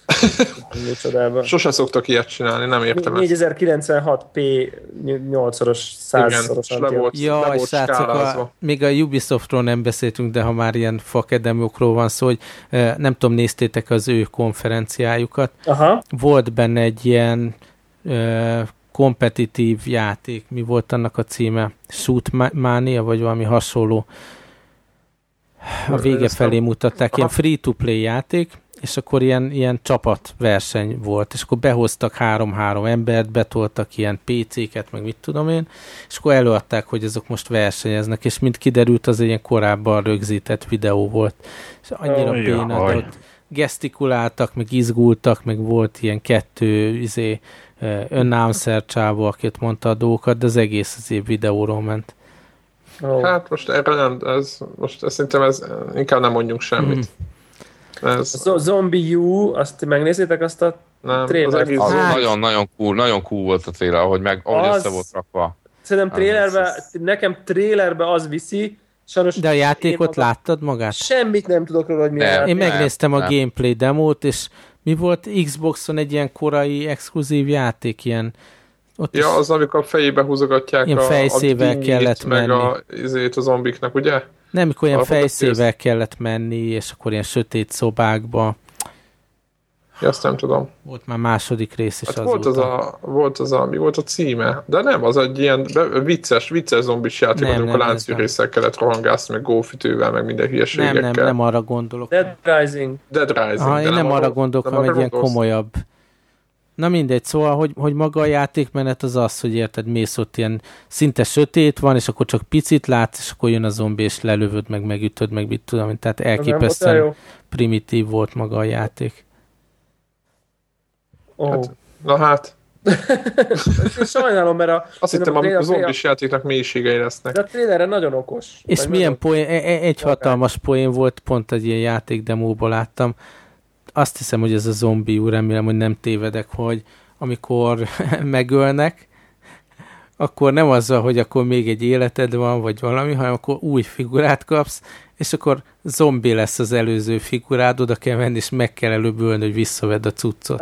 Sose szoktak ilyet csinálni, nem értem 4096p 8-szoros, 100-szoros Jaj, srácok, még a Ubisoftról nem beszéltünk, de ha már ilyen fakademiokról van szó, hogy nem tudom, néztétek az ő konferenciájukat. Aha. Volt benne egy ilyen kompetitív játék. Mi volt annak a címe? Shoot Mania, vagy valami hasonló. A vége felé mutatták, ilyen free-to-play játék, és akkor ilyen csapatverseny volt, és akkor behoztak 3-3 embert, betoltak ilyen PC-ket, meg mit tudom én, és akkor előadták, hogy azok most versenyeznek, és mint kiderült, az egy ilyen korábban rögzített videó volt. És annyira béna, de ott gesztikuláltak, meg izgultak, meg volt ilyen 2 announcer csávó, akit mondta a dolgokat, de az egész az év videóról ment. Hát most erre nem, szerintem inkább nem mondjunk semmit. Zombie U, azt megnézitek azt a trailer? Nagyon cool volt a trailer, ahogy össze volt rakva. Szerintem nekem trailerbe az viszi, sajnos. De a játékot láttad magát? Semmit nem tudok róla, hogy mi a Én megnéztem a gameplay demót, és mi volt Xboxon egy ilyen korai exkluzív játék, ilyen ott az, amikor a fejébe húzogatják a fejszével kellett meg menni. A zombiknak, ugye? Nem, amikor ilyen fejszével kellett menni, és akkor ilyen sötét szobákba. Ja, azt nem tudom. Volt már második rész is hát mi volt a címe? De nem, az egy ilyen vicces zombis játék, amikor láncfűrésszel kellett rohangászni, meg gófütővel, meg minden hülyeségekkel. Nem arra gondolok. Dead Rising. Én nem arra gondolok, hanem egy ilyen komolyabb. Na mindegy, szóval, hogy maga a játékmenet az, hogy érted, mész ott ilyen szinte sötét van, és akkor csak picit látsz, és akkor jön a zombi, és lelövöd, meg megütöd, meg mit tudom, tehát elképesztően primitív volt maga a játék. Hát. Sajnálom, mert azt hittem, a zombis játéknak mélységei lesznek. De a trailerre nagyon okos. És milyen poén, egy hatalmas poén volt, pont egy ilyen játékdemóból láttam. Azt hiszem, hogy ez a Zombie úr, remélem, hogy nem tévedek, hogy amikor megölnek, akkor nem azzal, hogy akkor még egy életed van, vagy valami, hanem akkor új figurát kapsz, és akkor zombi lesz az előző figurád, oda kell menni, és meg kell előbb ölni, hogy visszavedd a cuccot.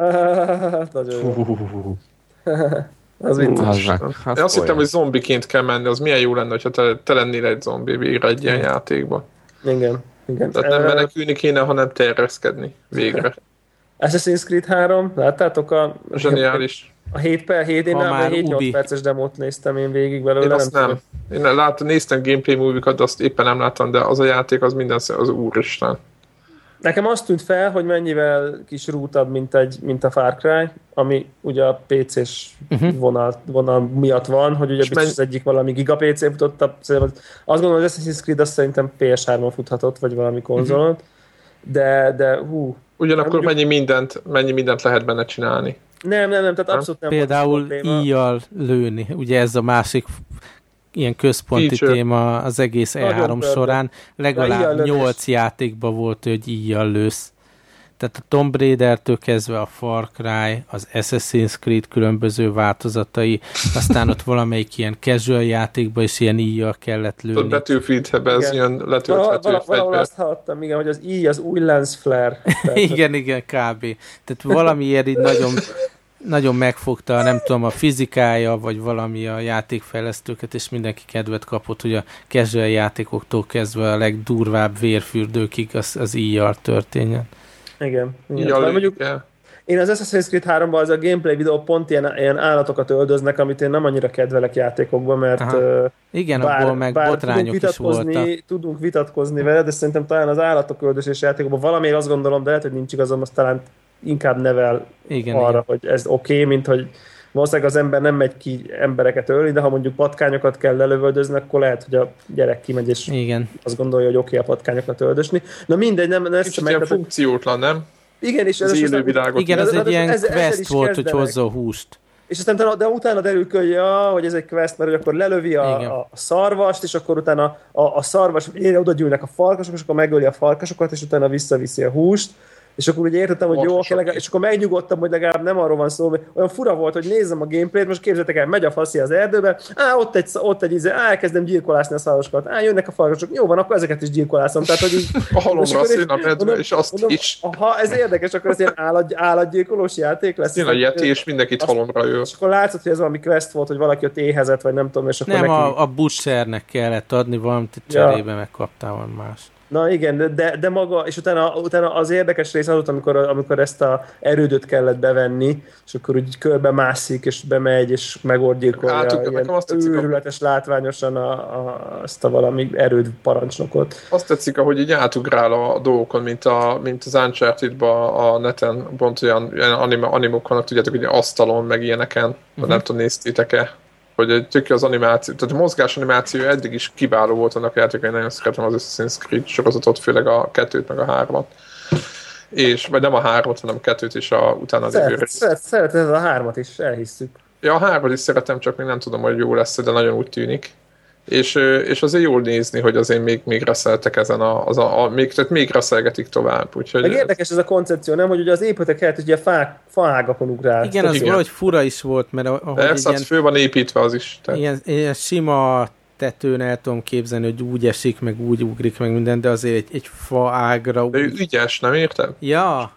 Az vicces. Én azt hittem, hogy zombiként kell menni, az milyen jó lenne, hogyha te lennél egy zombi végre egy ilyen játékban. Igen. Tehát nem menekülni kéne, hanem terjeszkedni végre. Assassin's Creed 3, láttátok zseniális. A 7x7, én nem 7-8 perces demót néztem én végig belőle. Én azt nem. Én néztem gameplay movie-kat, de azt éppen nem láttam, de az a játék az minden az úristen. Nekem azt tűnt fel, hogy mennyivel kis rútabb, mint a Far Cry, ami ugye a PC-s vonal miatt van, hogy ugye biztos az egyik valami giga PC futottabb. Azt gondolom, hogy az Assassin's Creed azt szerintem PS3-on futhatott, vagy valami konzolon. De ugyanakkor mennyi mindent lehet benne csinálni? Nem, tehát abszolút nem. Például íjjal lőni. Ugye ez a másik ilyen központi téma az egész E3 során. Legalább 8 játékban volt, hogy íjjal lősz. Tehát a Tomb Raider-től kezdve a Far Cry, az Assassin's Creed különböző változatai, aztán ott valamelyik ilyen casual játékban is ilyen íjjal kellett lőni. A Battlefield-ben ez ilyen letölthető fegyver. Valahol azt hallottam, igen, hogy az íj az új lens flare. igen, kb. Tehát valamiért így nagyon megfogta, nem tudom, a fizikája, vagy valami a játékfejlesztőket, és mindenki kedvet kapott, hogy a casual játékoktól kezdve a legdurvább vérfürdőkig az íjjal történjen. Igen. Mondjuk, én az Assassin's Creed 3-ban az a gameplay videó pont ilyen állatokat öldöznek, amit én nem annyira kedvelek játékokban, mert igen, abból meg botrányok is voltak. Tudunk vitatkozni vele, de szerintem talán az állatok öldözés játékokban valamiért azt gondolom, de lehet, hogy nincs igazam, az talán inkább nevel arra, hogy ez oké, mint hogy valószínűleg az ember nem megy ki embereket ölni, de ha mondjuk patkányokat kell lelövöldözni, akkor lehet, hogy a gyerek kimegy, és azt gondolja, hogy oké a patkányokat öldösni. Na mindegy, nem ezt sem meg... funkciótlan, nem? Igen, és az élővilágot. Igen, ez egy ilyen quest volt, hogy hozza a húst. És aztán de utána derül ki, hogy ez egy quest, mert hogy akkor lelövi a szarvast, és akkor utána a szarvas, oda gyűlnek a farkasok, és akkor megöli a farkasokat, és utána visszaviszi a húst. És akkor ugye értettem, hogy jó, és akkor megnyugodtam, hogy legalább nem arról van szó, hogy olyan fura volt, hogy nézzem a gameplayt, most képzeljétek el, megy a faszi az erdőbe, ott egy elkezdem gyilkolásni a szarosokat, jönnek a farkasok, jó van, akkor ezeket is gyilkolászom. Tehát, hogy így, a halomra szín a medve, és azt is. Ha ez érdekes, akkor ez ilyen állatgyilkolós játék lesz. Szín a yeti, és mindenkit halomra jön. És akkor látszott, hogy ez valami quest volt, hogy valaki ott éhezett, vagy nem tudom, és akkor nem, a butchernek kellett adni valamit, cserébe megkaptál valami mást. Na igen, de maga, és utána az érdekes rész az volt, amikor ezt a erődöt kellett bevenni, és akkor úgy körbe mászik, és bemegy, és megorgyilkolja ilyen őrületes látványosan azt a valami erőd parancsnokot. Azt tetszik, ahogy így átugrál a dolgokon, mint az Uncharted-ban a neten, pont olyan animok vannak, tudjátok, hogy asztalon, meg ilyeneken, nem tudom, néztétek-e? Hogy tök az animáció, tehát a mozgás animáció eddig is kiváló volt annak a játék, én nagyon szeretem az Assassin's Creed sorozatot, főleg a 2-t meg a 3-at. Vagy nem a 3-at, hanem a 2-t is utána az jövő rész. Szereted a 3-at is, elhisszük. Ja, a 3-at is szeretem, csak még nem tudom, hogy jó lesz, de nagyon úgy tűnik. És azért jól nézni, hogy azért még reszeltek ezen még reszelgetik tovább. Úgyhogy meg érdekes ez a koncepció, nem? Hogy ugye az épületek helyett ugye faágakon ugrál. Igen, az valahogy fura is volt, mert persze, ilyen, fő van építve az is. Ilyen sima tetőn el tudom képzelni, hogy úgy esik, meg úgy ugrik, meg minden, de azért egy faágra... De ő ügyes, nem érted? Ja.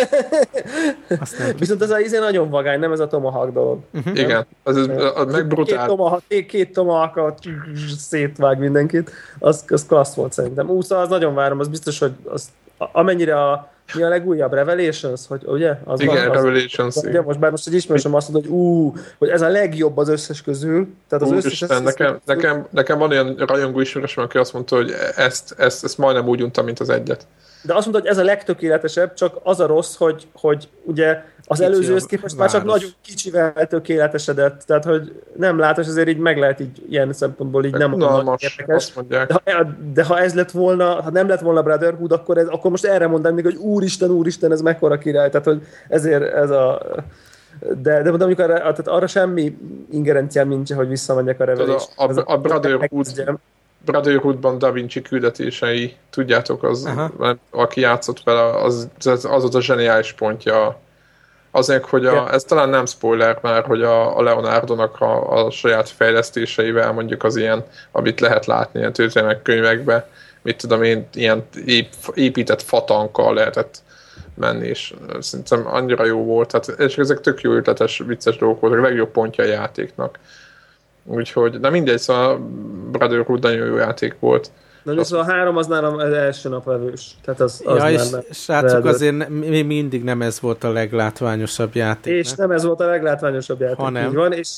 Viszont ez a nagyon vagány, nem ez a tomahawk dolog. Igen, az meg brutál. Két tomahawk szétvág mindenkit, az klassz volt szerintem. Szóval az nagyon várom, az biztos, hogy amennyire mi a legújabb? Revelations? Hogy, ugye? Az igen, Revelations. Ugye, most egy ismerősöm azt mondta, hogy ez a legjobb az összes közül. Tehát az összes nekem van olyan rajongó ismerősöm, aki azt mondta, hogy ezt majdnem úgy untam, mint az egyet. De azt mondta, hogy ez a legtökéletesebb, csak az a rossz, hogy ugye az előzőhöz képest már csak nagyon kicsivel tökéletesedett. Tehát, hogy nem látos, azért így meg lehet így ilyen szempontból így nem mondom, érdekes. De ha ez lett volna, ha nem lett volna Brotherhood, akkor most erre mondanám, hogy úristen, ez mekkora király. Tehát, hogy ezért ez a... De mondom, arra semmi ingerenciám nincs, hogy visszamenjek a Revelation. A Brotherhoodban Da Vinci küldetései, tudjátok, aki játszott vele, az volt a zseniális pontja. Azért, hogy ez talán nem spoiler már, hogy a Leonardo-nak a saját fejlesztéseivel mondjuk az ilyen, amit lehet látni ilyen történetkönyvekben, mit tudom én, ilyen épített fatankkal lehetett menni, és szerintem annyira jó volt, és ezek tök jó ötletes, vicces dolgok voltak, a legjobb pontja a játéknak. Úgyhogy, de mindegy, szóval Brotherhood nagyon jó játék volt. Na, szóval a 3 az nálam az első napvevős. Tehát az és srácok, azért még mindig nem ez volt a leglátványosabb játék. És nem ez volt a leglátványosabb játék. Ha nem. Így van, és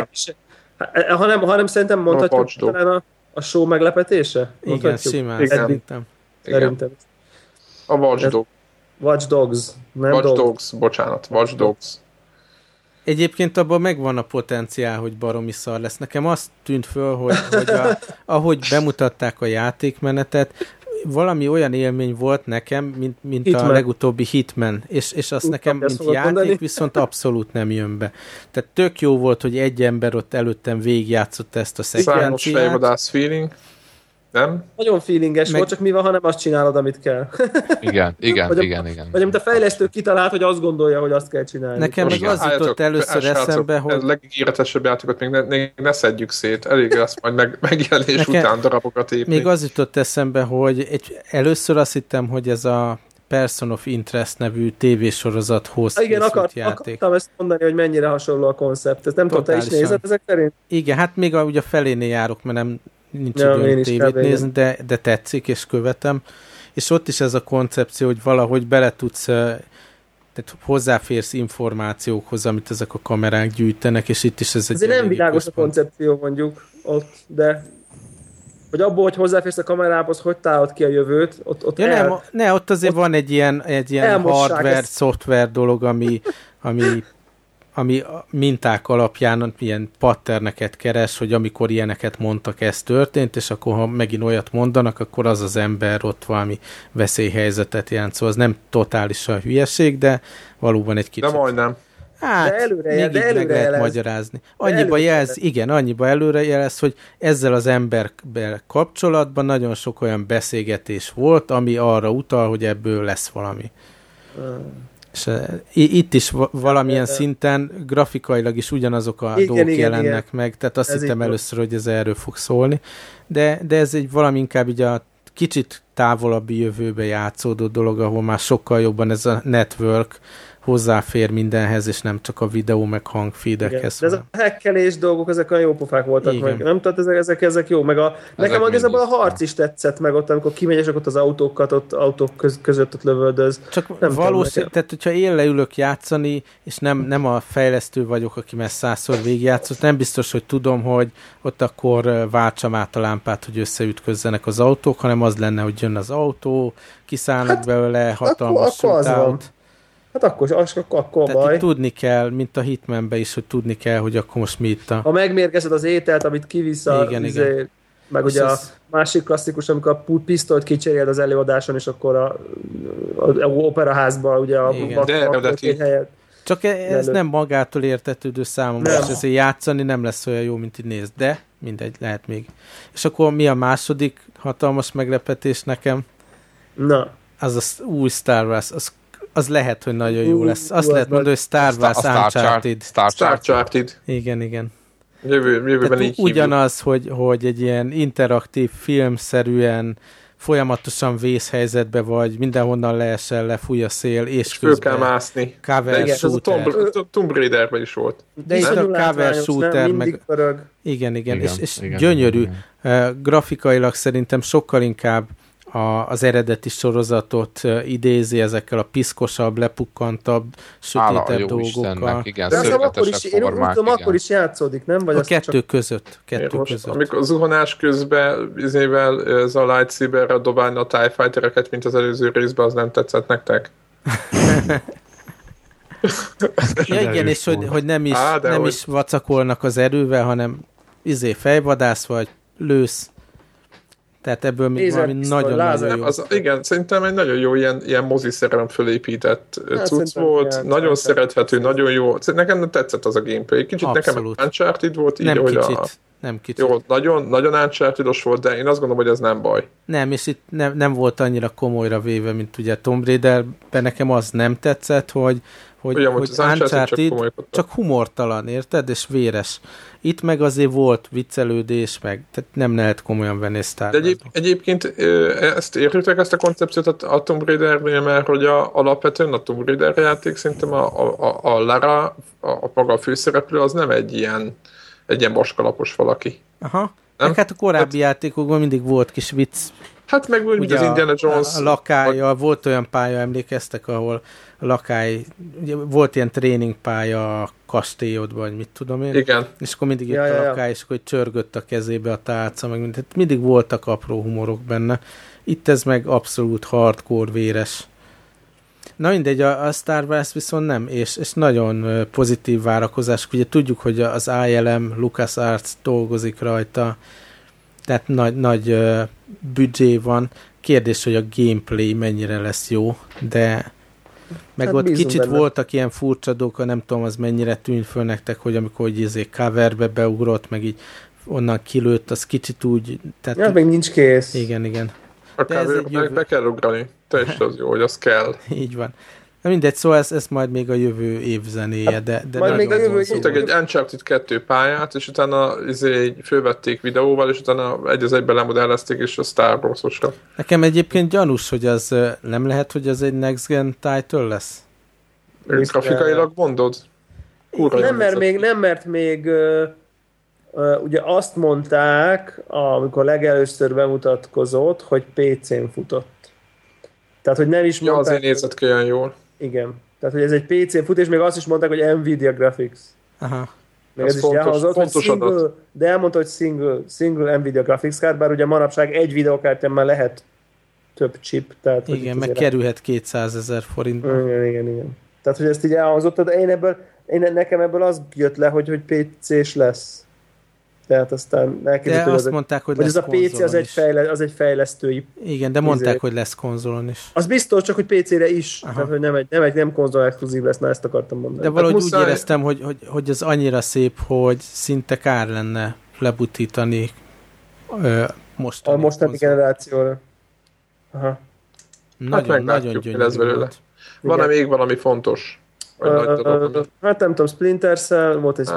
ha nem szerintem mondhatjuk talán a show meglepetése? Igen, simán, szerintem. A Watch Dogs. Watch Dogs. Egyébként abban megvan a potenciál, hogy baromi szar lesz. Nekem azt tűnt föl, hogy ahogy bemutatták a játékmenetet, valami olyan élmény volt nekem, mint a legutóbbi Hitman, és azt nekem, mint játék, mondani. Viszont abszolút nem jön be. Tehát tök jó volt, hogy egy ember ott előttem végigjátszott ezt a szekvenciát. Számos fejvadász feeling. Nem? Nagyon feelinges volt, csak mi van, ha nem azt csinálod, amit kell. Igen. Vagy amit a fejlesztő kitalált, hogy azt gondolja, hogy azt kell csinálni. Nekem meg az jutott először eszembe, hogy... Ez legígéretesebb játékot még ne szedjük szét. Elég lesz majd megjelenés után darabokat épni. Még az jutott eszembe, hogy először azt hittem, hogy ez a Person of Interest nevű tévésorozathoz készült játék. Akartam ezt mondani, hogy mennyire hasonló a koncept. Ez nem tudom, te is nézed ezek szerint? Igen, hát még ugye felénél járok, mert nincs időm tévét nézni, de tetszik, és követem. És ott is ez a koncepció, hogy valahogy bele tudsz, tehát hozzáférsz információkhoz, amit ezek a kamerák gyűjtenek, és itt is ez egy... Azért nem világos a koncepció mondjuk ott, de hogy abból, hogy hozzáférsz a kamerához, hogy találod ki a jövőt, ott ott azért van egy ilyen hardware, szoftver dolog, ami minták alapján ilyen patterneket keres, hogy amikor ilyeneket mondtak, ez történt, és akkor ha megint olyat mondanak, akkor az ember ott valami veszélyhelyzetet jelent. Szóval az nem totálisan hülyeség, de valóban egy kicsit... De majdnem. Hát, még így meg lehet magyarázni. Annyiba előrejelez, hogy ezzel az emberrel kapcsolatban nagyon sok olyan beszélgetés volt, ami arra utal, hogy ebből lesz valami. És itt is valamilyen szinten grafikailag is ugyanazok a dolgok jelennek meg, tehát azt hittem először, hogy ez erről fog szólni, de ez egy valami inkább így a kicsit távolabbi jövőbe játszódó dolog, ahol már sokkal jobban ez a network hozzáfér mindenhez, és nem csak a videó meg hangfeedekhez. De ez a hackelés dolgok, ezek olyan jó pofák voltak, meg, nem tudod, ezek jó, meg nekem igazából a harc is tetszett meg ott, amikor kimegy, és ott az autókat, ott autók között ott lövöldöz. Csak valószínűleg, tehát hogyha én leülök játszani, és nem a fejlesztő vagyok, aki már 100-szor végigjátszott, nem biztos, hogy tudom, hogy ott akkor váltsam át a lámpát, hogy összeütközzenek az autók, hanem az lenne, hogy jön az autó, kiszállnak belőle, hatalmas shootout. Hát akkor baj. Tudni kell, mint a Hitmanben is, hogy tudni kell, hogy akkor most mi itt a... Ha megmérgezed az ételt, amit kivisz a... Igen. Meg ugye a másik klasszikus, amikor a pisztolyt kicseréled az előadáson, és akkor a operaházban ugye a helyet. Csak ez nem magától értetődő számomra, és ezért játszani nem lesz olyan jó, mint így nézd, de mindegy, lehet még. És akkor mi a második hatalmas meglepetés nekem? Na. Az az új Star Wars, az lehet, hogy nagyon jó lesz. Azt lehet mondani, hogy Star Wars Uncharted. Uncharted. Igen. Jövőben így ugyanaz, hogy egy ilyen interaktív, filmszerűen folyamatosan vészhelyzetbe vagy, mindenhonnan leesel, lefúj a szél, és föl kell mászni. Cover shooter. Ez a Tomb Raiderben is volt. De itt a cover shooter, meg... Igen, és gyönyörű. Grafikailag szerintem sokkal inkább az eredeti sorozatot idézi ezekkel a piszkosabb, lepukkantabb, sötétebb dolgokkal. De akkor is játszódik, nem? Vagy a kettő között. Amikor zuhanás közben ez a lightsaberre dobálni a TIE Fightereket, mint az előző részben, az nem tetszett nektek? Igen, és hogy nem is vacakolnak az erővel, hanem fejvadász vagy, lősz. Tehát ebből még valami nagyon jó. Igen, szerintem egy nagyon jó ilyen moziszerelem fölépített cucc volt, nagyon szerethető, nagyon jó. Nekem tetszett az a gameplay. Kicsit abszolút. Nekem Uncharted volt. Így, nem kicsit. Jó, nagyon Uncharted-os volt, de én azt gondolom, hogy ez nem baj. Nem, és itt nem volt annyira komolyra véve, mint ugye Tomb Raiderben. Nekem az nem tetszett, hogy Uncharted csak humortalan, érted? És véres. Itt meg azért volt viccelődés, meg tehát nem lehet komolyan venni Star Wars. De egyébként értitek ezt a koncepciót a Tomb Raidernél, mert hogy alapvetően a Tomb Raider játék szerintem a Lara, a maga a főszereplő, az nem egy ilyen vaskalapos valaki. Aha. Meg hát a korábbi játékokban mindig volt kis vicc. Hát meg úgy, az Indiana Jones. A lakálya, volt olyan pálya, emlékeztek, ahol a lakály, ugye volt ilyen tréningpálya a kastélyodban, vagy mit tudom én. Igen. És akkor mindig itt a lakály, és akkor csörgött a kezébe a tálca, meg mindig voltak apró humorok benne. Itt ez meg abszolút hardcore, véres. Na mindegy, a Star Wars viszont nem, és nagyon pozitív várakozás. Ugye tudjuk, hogy az ILM, LucasArts dolgozik rajta, tehát nagy büdzsé van. Kérdés, hogy a gameplay mennyire lesz jó, de meg hát ott kicsit benne. Voltak ilyen furcsa dolgok, nem tudom, az mennyire tűnt föl nektek, hogy amikor coverbe beugrott, meg így onnan kilőtt, az kicsit úgy... Tehát, ja, még nincs kész. Igen. A coverbe be kell ugrani. Teljesen az jó, hogy az kell. Így van. Na mindegy, szóval ez majd még a jövő év zenéje, de majd még a jövő mondtak egy Uncharted 2 pályát, és utána fölvették videóval, és utána egy az egyben lemodellezték, és a Star Wars-osra. Nekem egyébként gyanús, hogy az nem lehet, hogy az egy Next Gen title lesz? Grafikailag mondod? Nem, mert még ugye azt mondták, amikor legelőször bemutatkozott, hogy PC-n futott. Tehát, hogy nem is mondták... azért nézett ki olyan jól. Igen. Tehát, hogy ez egy PC-n fut, és még azt is mondták, hogy Nvidia Graphics. Aha. Még ez is elhangzott, hogy de elmondta, hogy single Nvidia Graphics card, bár ugye manapság egy videokártyán már lehet több chip. Tehát, igen, meg kerülhet 200 000 forintba. Igen. Tehát, hogy ezt így elhangzott, de nekem ebből az jött le, hogy PC-s lesz. Tehát aztán de azt mondták, hogy lesz ez a PC az egy fejlesztői... Igen, de mondták, hogy lesz konzolon is. Az biztos, csak hogy PC-re is. Aha. Tehát, hogy nem konzol exkluzív lesz, ezt akartam mondani. De valahogy úgy éreztem, hogy az annyira szép, hogy szinte kár lenne lebutítani a mostani generációra. Aha. Nagyon gyönyörű volt. Van-e még valami fontos? Hát nem tudom, Splinter Cell volt egy...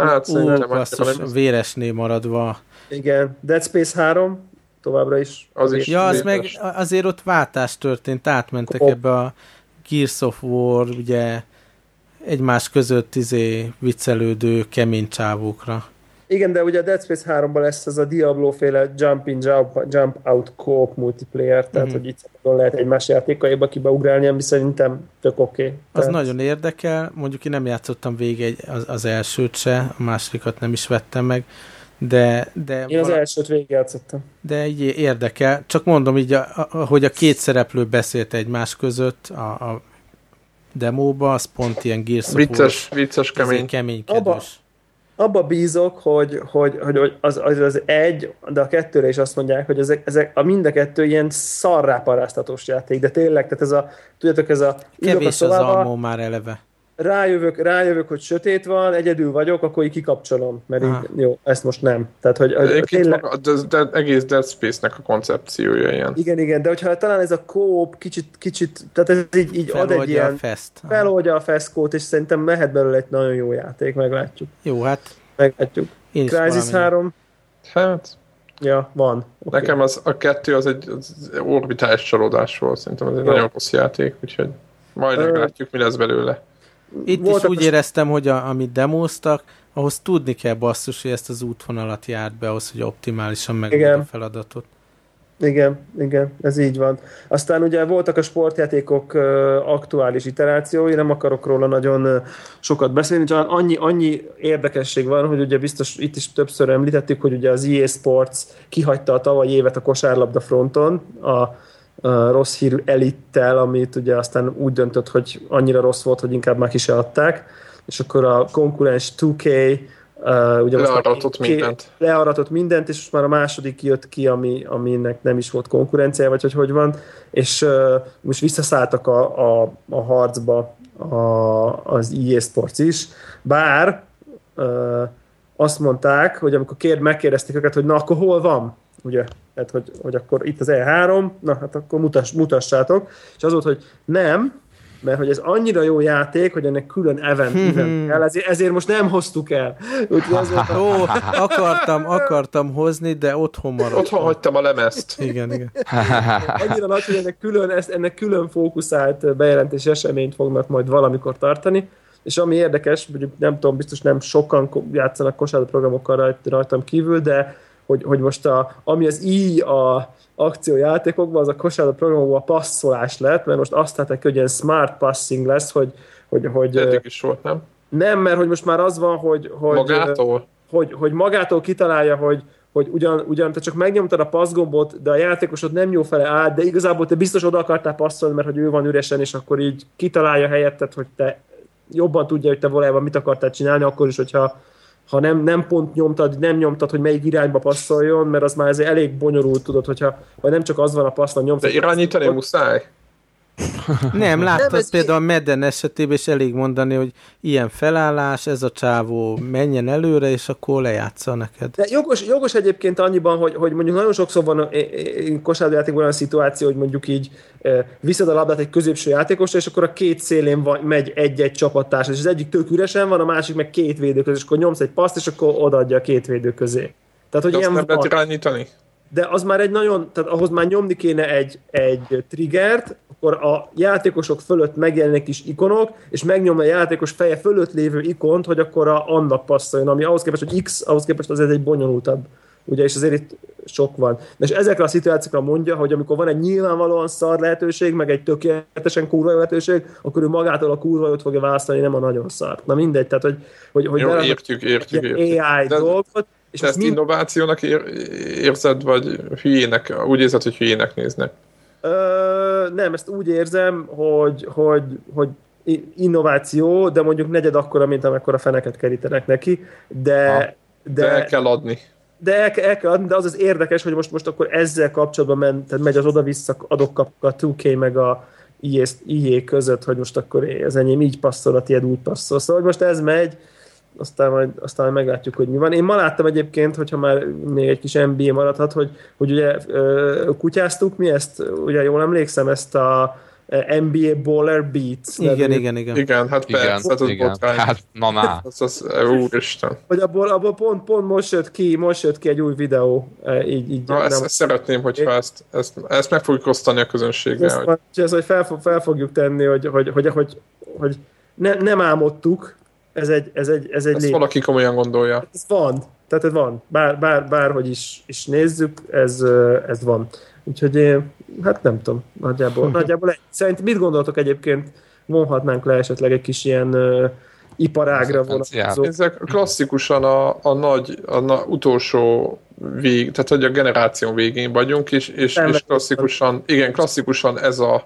véresné maradva. Igen, Dead Space 3 továbbra is. Az meg azért ott váltás történt, átmentek ebbe a Gears of War, ugye egymás között viccelődő kemény csávókra. Igen, de ugye a Dead Space 3-ban lesz ez a Diablo-féle jump out co-op multiplayer, tehát hogy itt lehet egymás játékaiba kibeugrálni, ami szerintem tök oké. Az nagyon érdekel, mondjuk én nem játszottam végig az elsőt se, a másodikat nem is vettem meg, de én az elsőt végigjátszottam. De így érdekel, csak mondom így, hogy a két szereplő beszélt egymás között a demóba, az pont ilyen Gears of War. Vicces, keménykedős. Abba bízok, hogy az egy, de a kettőre is azt mondják, hogy ezek a mind a kettő ilyen szarráparáztatós játék, de tényleg, tehát tudjátok, ez a... Kevés az almó már eleve. Rájövök, hogy sötét van, egyedül vagyok, akkor így kikapcsolom, mert így, jó, ezt most nem. Tehát, hogy tényleg... de egész Dead Space-nek a koncepciója ilyen. Igen, de hogyha talán ez a co-op kicsit tehát ez így ad egy ilyen... Feloldja a feszkót, és szerintem mehet belőle egy nagyon jó játék, meglátjuk. Jó, hát... Meglátjuk. Crysis 3? Hát... Ja, van. Okay. Nekem a 2 az egy orbitális csalódás volt, szerintem ez egy nagyon rossz játék, úgyhogy majd meglátjuk, mi lesz belőle. Itt is úgy éreztem, hogy amit demóztak, ahhoz tudni kell basszus, hogy ezt az útvonalat járt be ahhoz, hogy optimálisan megold a feladatot. Igen, ez így van. Aztán ugye voltak a sportjátékok aktuális iterációi, nem akarok róla nagyon sokat beszélni, csak annyi érdekesség van, hogy ugye biztos itt is többször említettük, hogy ugye az EA Sports kihagyta a tavalyi évet a kosárlabda fronton, a rossz hírű Elittel, amit ugye aztán úgy döntött, hogy annyira rossz volt, hogy inkább már ki se adták, és akkor a konkurens 2K ugye learatott mindent, és most már a második jött ki, aminek nem is volt konkurenciája, vagy hogy van, és most visszaszálltak a harcba az EA Sports is, bár azt mondták, hogy amikor megkérdezték őket, hogy na, akkor hol van? Ugye, tehát, hogy akkor itt az E3, na hát akkor mutassátok, és az volt, hogy nem, mert hogy ez annyira jó játék, hogy ennek külön event kell, ezért most nem hoztuk el. Akartam hozni, de otthon maradtam. Otthon hagytam a lemezt. Igen. Annyira nagy, hogy ennek külön fókuszált bejelentési eseményt fognak majd valamikor tartani, és ami érdekes, mondjuk nem tudom, biztos nem sokan játszanak kosárlabda programokkal rajtam kívül, de hogy most ami az a akciójátékokban, az a kosárlabda programokban a passzolás lett, mert most azt látták, hogy ilyen smart passing lesz, hogy eddig is volt, nem? Nem, mert hogy most már az van, hogy magától kitalálja, hogy ugyan te csak megnyomtad a passzgombot, de a játékosod nem jó fele át, de igazából te biztos oda akartál passzolni, mert hogy ő van üresen, és akkor így kitalálja helyetted, hogy te jobban tudja, hogy te valójában mit akartál csinálni, akkor is, hogyha nem pont nem nyomtad, hogy melyik irányba passzoljon, mert az már ezért elég bonyolult, tudod, hogyha vagy nem csak az van a passzon, nyomtad. De irányítani muszáj? Nem, láttad például a Madden esetében is elég mondani, hogy ilyen felállás, ez a csávó menjen előre, és akkor lejátsza neked. De jogos egyébként annyiban, hogy mondjuk nagyon sokszor van kosárlabdajátékban olyan szituáció, hogy mondjuk így viszed a labdát egy középső játékosra, és akkor a két szélén megy egy-egy csapattárs, és az egyik tök üresen van, a másik meg két védő közé, és akkor nyomsz egy paszt, és akkor odaadja a két védő közé. Tehát, hogy de azt nem lehet irányítani? De az már tehát ahhoz már nyomni kéne egy triggert, akkor a játékosok fölött megjelenik is ikonok, és megnyomja a játékos feje fölött lévő ikont, hogy akkor annak passzoljon, ami ahhoz képest, hogy X, ahhoz képest azért egy bonyolultabb. Ugye, és azért itt sok van. És ezekre a szituációkra mondja, hogy amikor van egy nyilvánvalóan szar lehetőség, meg egy tökéletesen kurva lehetőség, akkor ő magától a kurva jót fogja választani, nem a nagyon szart. Na mindegy, tehát hogy jó, értjük. AI dolgot. És ezt innovációnak érzed, vagy hülyének, úgy érzed, hogy hülyének néznek? Nem, ezt úgy érzem, hogy innováció, de mondjuk negyed akkora, mint amekkora feneket kerítenek neki, de el kell adni. De el kell adni, de az érdekes, hogy most akkor ezzel kapcsolatban megy az oda-vissza adok a 2K meg a EA között, hogy most akkor az enyém így passzol, a tiéd úgy passzol. Szóval hogy most ez megy, aztán majd meglátjuk, hogy mi van. Én ma láttam egyébként, hogyha már még egy kis NBA maradhat, hogy ugye kutyáztuk mi ezt, ugye jól emlékszem, ezt a NBA Baller Beats. Igen, hát persze. Hát, na. Úristen. Hogy abból pont most jött ki egy új videó. Így ezt szeretném, hogyha ezt meg fogjuk osztani a közönséggel. Ezt hogy fel fogjuk tenni, hogy nem álmodtuk, ez egy ezt valaki komolyan gondolja. Ez van, tehát ez van. Bárhogy is nézzük, ez van. Úgyhogy hát nem tudom, nagyjából egy. Szerintem mit gondoltok egyébként, vonhatnánk le esetleg egy kis ilyen iparágra vonatkozó. Ezek klasszikusan a nagy utolsó vég, tehát hogy a generáció végén vagyunk, és klasszikusan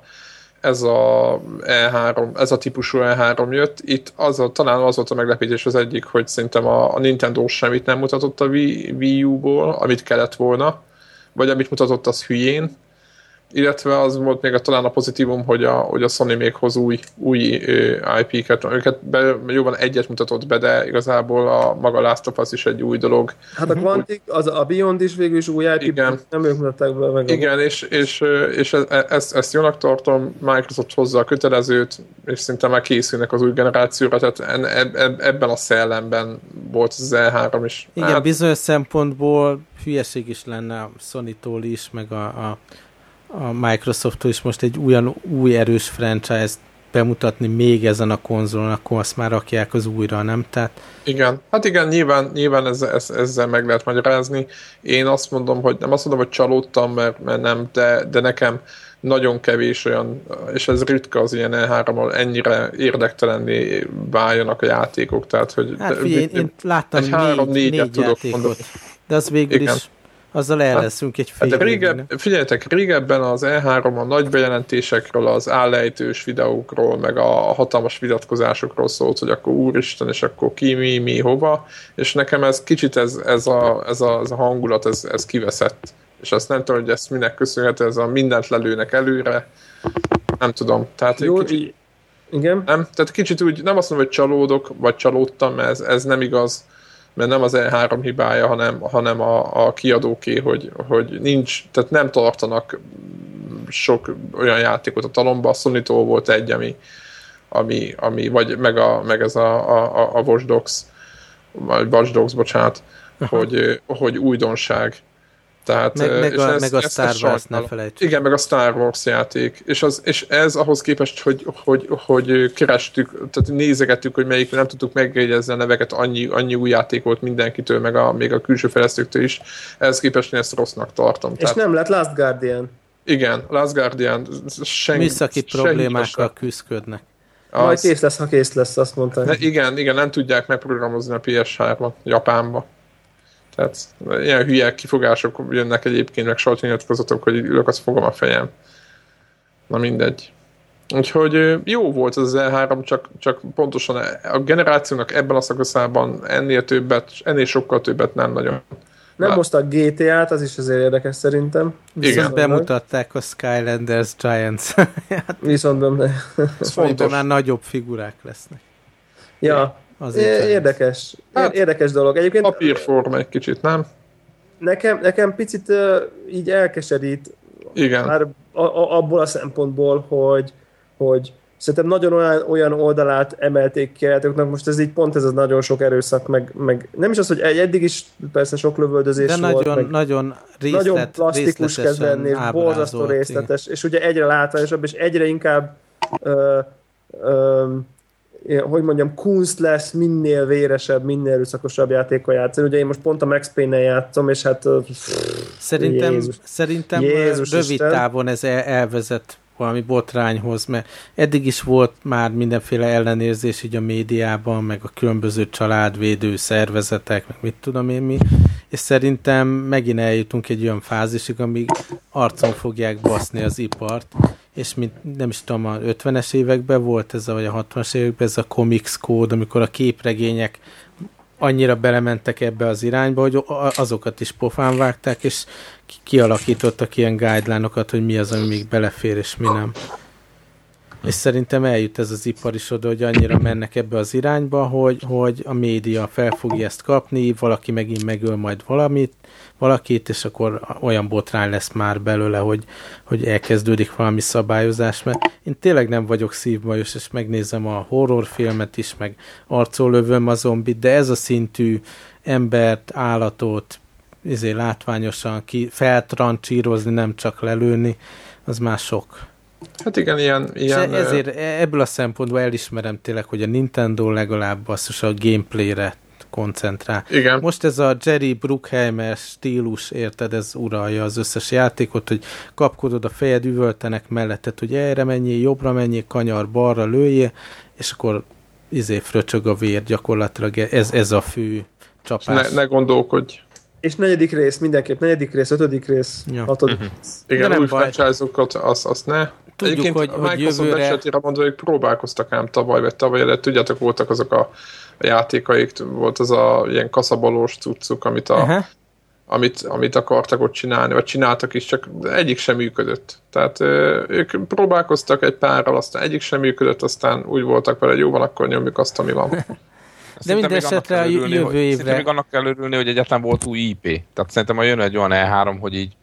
ez a E3, ez a típusú E3 jött. Itt talán az volt a meglepetés az egyik, hogy szerintem a Nintendo semmit nem mutatott a Wii U-ból, amit kellett volna, vagy amit mutatott, az hülyén. Illetve az volt még talán a pozitívum, hogy a Sony még hoz új IP-ket. Őket jóban egyet mutatott be, de igazából a maga Last of Us is egy új dolog. Hát a Quantic, a Beyond is végül is új IP, nem ők mutatták be meg. Igen, és ezt jónak tartom, Microsoft hozza a kötelezőt, és szinte már készülnek az új generációra, tehát ebben a szellemben volt az E3 is. Igen, hát, bizonyos szempontból hülyeség is lenne a Sony-tól is, meg a Microsofttól is most egy új erős franchise-t bemutatni még ezen a konzolon, akkor azt már rakják az újra, nem? Tehát... Igen, hát igen, nyilván ezzel meg lehet magyarázni. Én azt mondom, hogy nem azt mondom, hogy csalódtam, mert nem, de nekem nagyon kevés olyan, és ez ritka az ilyen E3-mal, ennyire érdektelenné váljanak a játékok, tehát hogy... Hát figyelj, én láttam 4 játékot, mondani. De az végül igen. Is azzal el leszünk egy fél figyeljetek, régebben az E3 a nagy bejelentésekről, az állejtős videókról, meg a hatalmas vitatkozásokról szólt, hogy akkor úristen, és akkor ki, mi, hova, és nekem ez kicsit ez a hangulat, ez kiveszett. És azt nem tudom, hogy ezt minek köszönhető, ez a mindent lelőnek előre, nem tudom. Tehát jó, kicsit, igen? Nem, tehát kicsit úgy, nem azt mondom, hogy csalódok, vagy csalódtam, mert ez nem igaz, mert nem az E3 hibája, hanem a kiadóké, hogy nincs, tehát nem tartanak sok olyan játékot a talomba. A Sony-tól volt egy, ami vagy meg ez a Watch Dogs, bocsánat, hogy újdonság. Tehát, meg a Star Wars, ne felejtsük. Igen, meg a Star Wars játék. És ez ahhoz képest, hogy kerestük, tehát nézegettük, hogy melyik, nem tudtuk megjegyezni a neveket, annyi új játék volt mindenkitől, még a külső fejlesztőktől is. Ehhez képest én ezt rossznak tartom. És nem lett Last Guardian. Igen, Last Guardian. Műszaki problémákkal küzdködnek. Majd kész lesz, ha kész lesz, azt mondták. Igen, nem tudják megprogramozni a PS3-ban, Japánba. Tehát ilyen hülye kifogások jönnek egyébként, meg sajtónyilatkozatok, hogy ülök, azt fogom a fejem. Na mindegy. Úgyhogy jó volt az E3, csak pontosan a generációnak ebben a szakaszában ennél sokkal többet nem nagyon. Nem hoztak GTA-t, az is azért érdekes szerintem. Viszont bemutatták a Skylanders Giants. Viszont amiben már nagyobb figurák lesznek. Ja. Érdekes. Érdekes dolog. Egyébként papírforma egy kicsit, nem? Nekem picit így elkeserít. Igen. Már abból a szempontból, hogy szerintem nagyon olyan oldalát emelték ki játékoknak, most ez így pont ez az nagyon sok erőszak, meg nem is az, hogy eddig is persze sok lövöldözés de volt, nagyon plastikus kezd lenni, borzasztó részletes, és ugye egyre látványosabb, és egyre inkább hogy mondjam, kunst lesz, minél véresebb, minél erőszakosabb játékkal játszani. Ugye én most pont a Max Payne-nel játszom, és hát szerintem rövid távon ez elvezet valami botrányhoz, mert eddig is volt már mindenféle ellenérzés így a médiában, meg a különböző családvédő szervezetek, meg mit tudom én mi, és szerintem megint eljutunk egy olyan fázisig, amíg arcon fogják baszni az ipart, és mint nem is tudom, a 50-es években volt ez, vagy a 60-as években ez a Comics Code, amikor a képregények annyira belementek ebbe az irányba, hogy azokat is pofán vágták, és kialakítottak ilyen guideline-okat, hogy mi az, ami még belefér, és mi nem. És szerintem eljut ez az ipar is oda, hogy annyira mennek ebbe az irányba, hogy a média fel fogja ezt kapni, valaki megint megöl majd valakit, és akkor olyan botrány lesz már belőle, hogy elkezdődik valami szabályozás, mert én tényleg nem vagyok szívbajos, és megnézem a horrorfilmet is, meg arcol lövöm a zombit, de ez a szintű embert, állatot látványosan feltrancsírozni, nem csak lelőni, az már sok. Hát igen, ilyen ezért ebből a szempontból elismerem tényleg, hogy a Nintendo legalább basszus a gameplayre koncentrál. Igen. Most ez a Jerry Bruckheimer stílus, érted, ez uralja az összes játékot, hogy kapkodod a fejed, üvöltenek melletted, hogy erre menjél, jobbra menjél, kanyar, balra lőjél, és akkor fröcsög a vér, gyakorlatilag ez a fő csapás. Ne gondolkodj. És 4. rész, mindenképp 4. rész, 5. rész, 6. rész. Igen, új franchise-okat, azt ne. Tudjuk, egyébként hogy Microsoft jövőre... esetére mondva, hogy próbálkoztak ám tavaly, vagy tavaly előtt, tudjátok, voltak azok a játékaik, volt az a ilyen kaszabalós cuccuk, amit akartak ott csinálni, vagy csináltak is, csak egyik sem működött. Tehát ők próbálkoztak egy párral, aztán egyik sem működött, aztán úgy voltak vele, hogy jó van, akkor nyomjuk azt, ami van. De minden esetre a jövő évre... Szerintem még annak kell örülni, hogy egyáltalán volt új IP. Tehát szerintem ma jön egy olyan E3, hogy így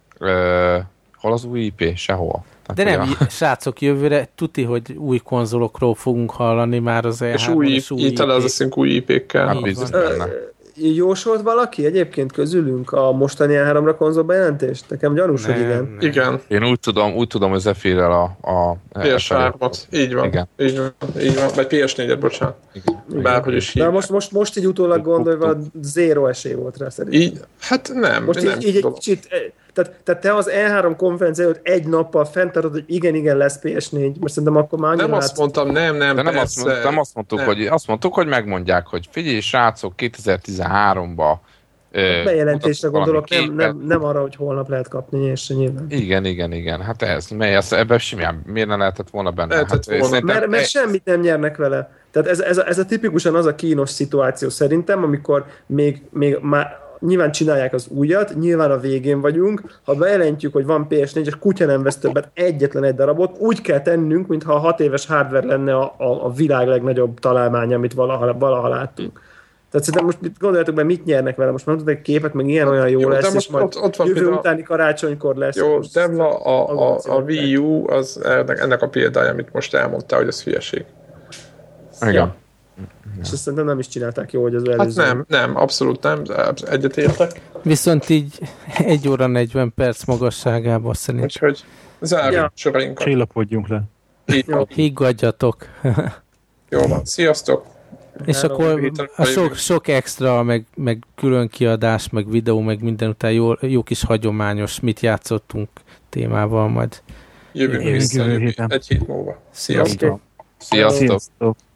hol az új IP? Sehol. De nem, srácok, jövőre tuti, hogy új konzolokról fogunk hallani már az E3-on. És új telezeszünk új IP-kkel. Hát biztos benne. Jósolt valaki egyébként közülünk a mostani E3-ra konzolbejelentést? Nekem gyanús, hogy igen. Igen. Én úgy tudom, hogy Zephyrrel a PS3-ot. Így van. Igen. Így van. Vagy PS4-et, bocsánat. Bárhogy is hívják. Most így utólag gondolva, zéro esély volt rá szerintem. Így, hát nem. Most nem így egy kicsit... Tehát te az E3 konferencia előtt egy nappal fenntartod, hogy igen, lesz PS4, mert szerintem akkor már nem azt mondtam, nem. De nem azt mondtuk, hogy azt mondtuk, hogy megmondják, hogy figyelj, srácok, 2013-ba bejelentésre gondolok, nem arra, hogy holnap lehet kapni, és nyilván. Igen. Hát ebben simán miért ne lehetett volna benne? Mert semmit nem nyernek vele. Tehát ez a tipikusan az a kínos szituáció szerintem, amikor még már nyilván csinálják az újat, nyilván a végén vagyunk, ha bejelentjük, hogy van PS4, és kutya nem vesz többet, egyetlen egy darabot, úgy kell tennünk, mintha a 6 éves hardware lenne a világ legnagyobb találmánya, amit valaha láttunk. Tehát szerintem most gondoljatok be, mit nyernek vele, most mondod egy képet, meg ilyen-olyan jó lesz, és majd ott van jövő utáni karácsonykor lesz. Jó, de a Wii U az ennek a példája, amit most elmondtál, hogy az hülyeség. Igen. És ezt szerintem nem is csinálták jó, hogy az előző. Hát nem, abszolút nem, egyetértek. Viszont így 1 óra 40 perc magasságában szerintem. Úgyhogy zárjuk sorainkat. Csillapodjunk le. Higgadjatok. Jó van, sziasztok! És akkor a sok extra, meg külön kiadás, meg videó, meg minden után jó kis hagyományos mit játszottunk témával majd. Jövünk vissza egy hét múlva. Sziasztok!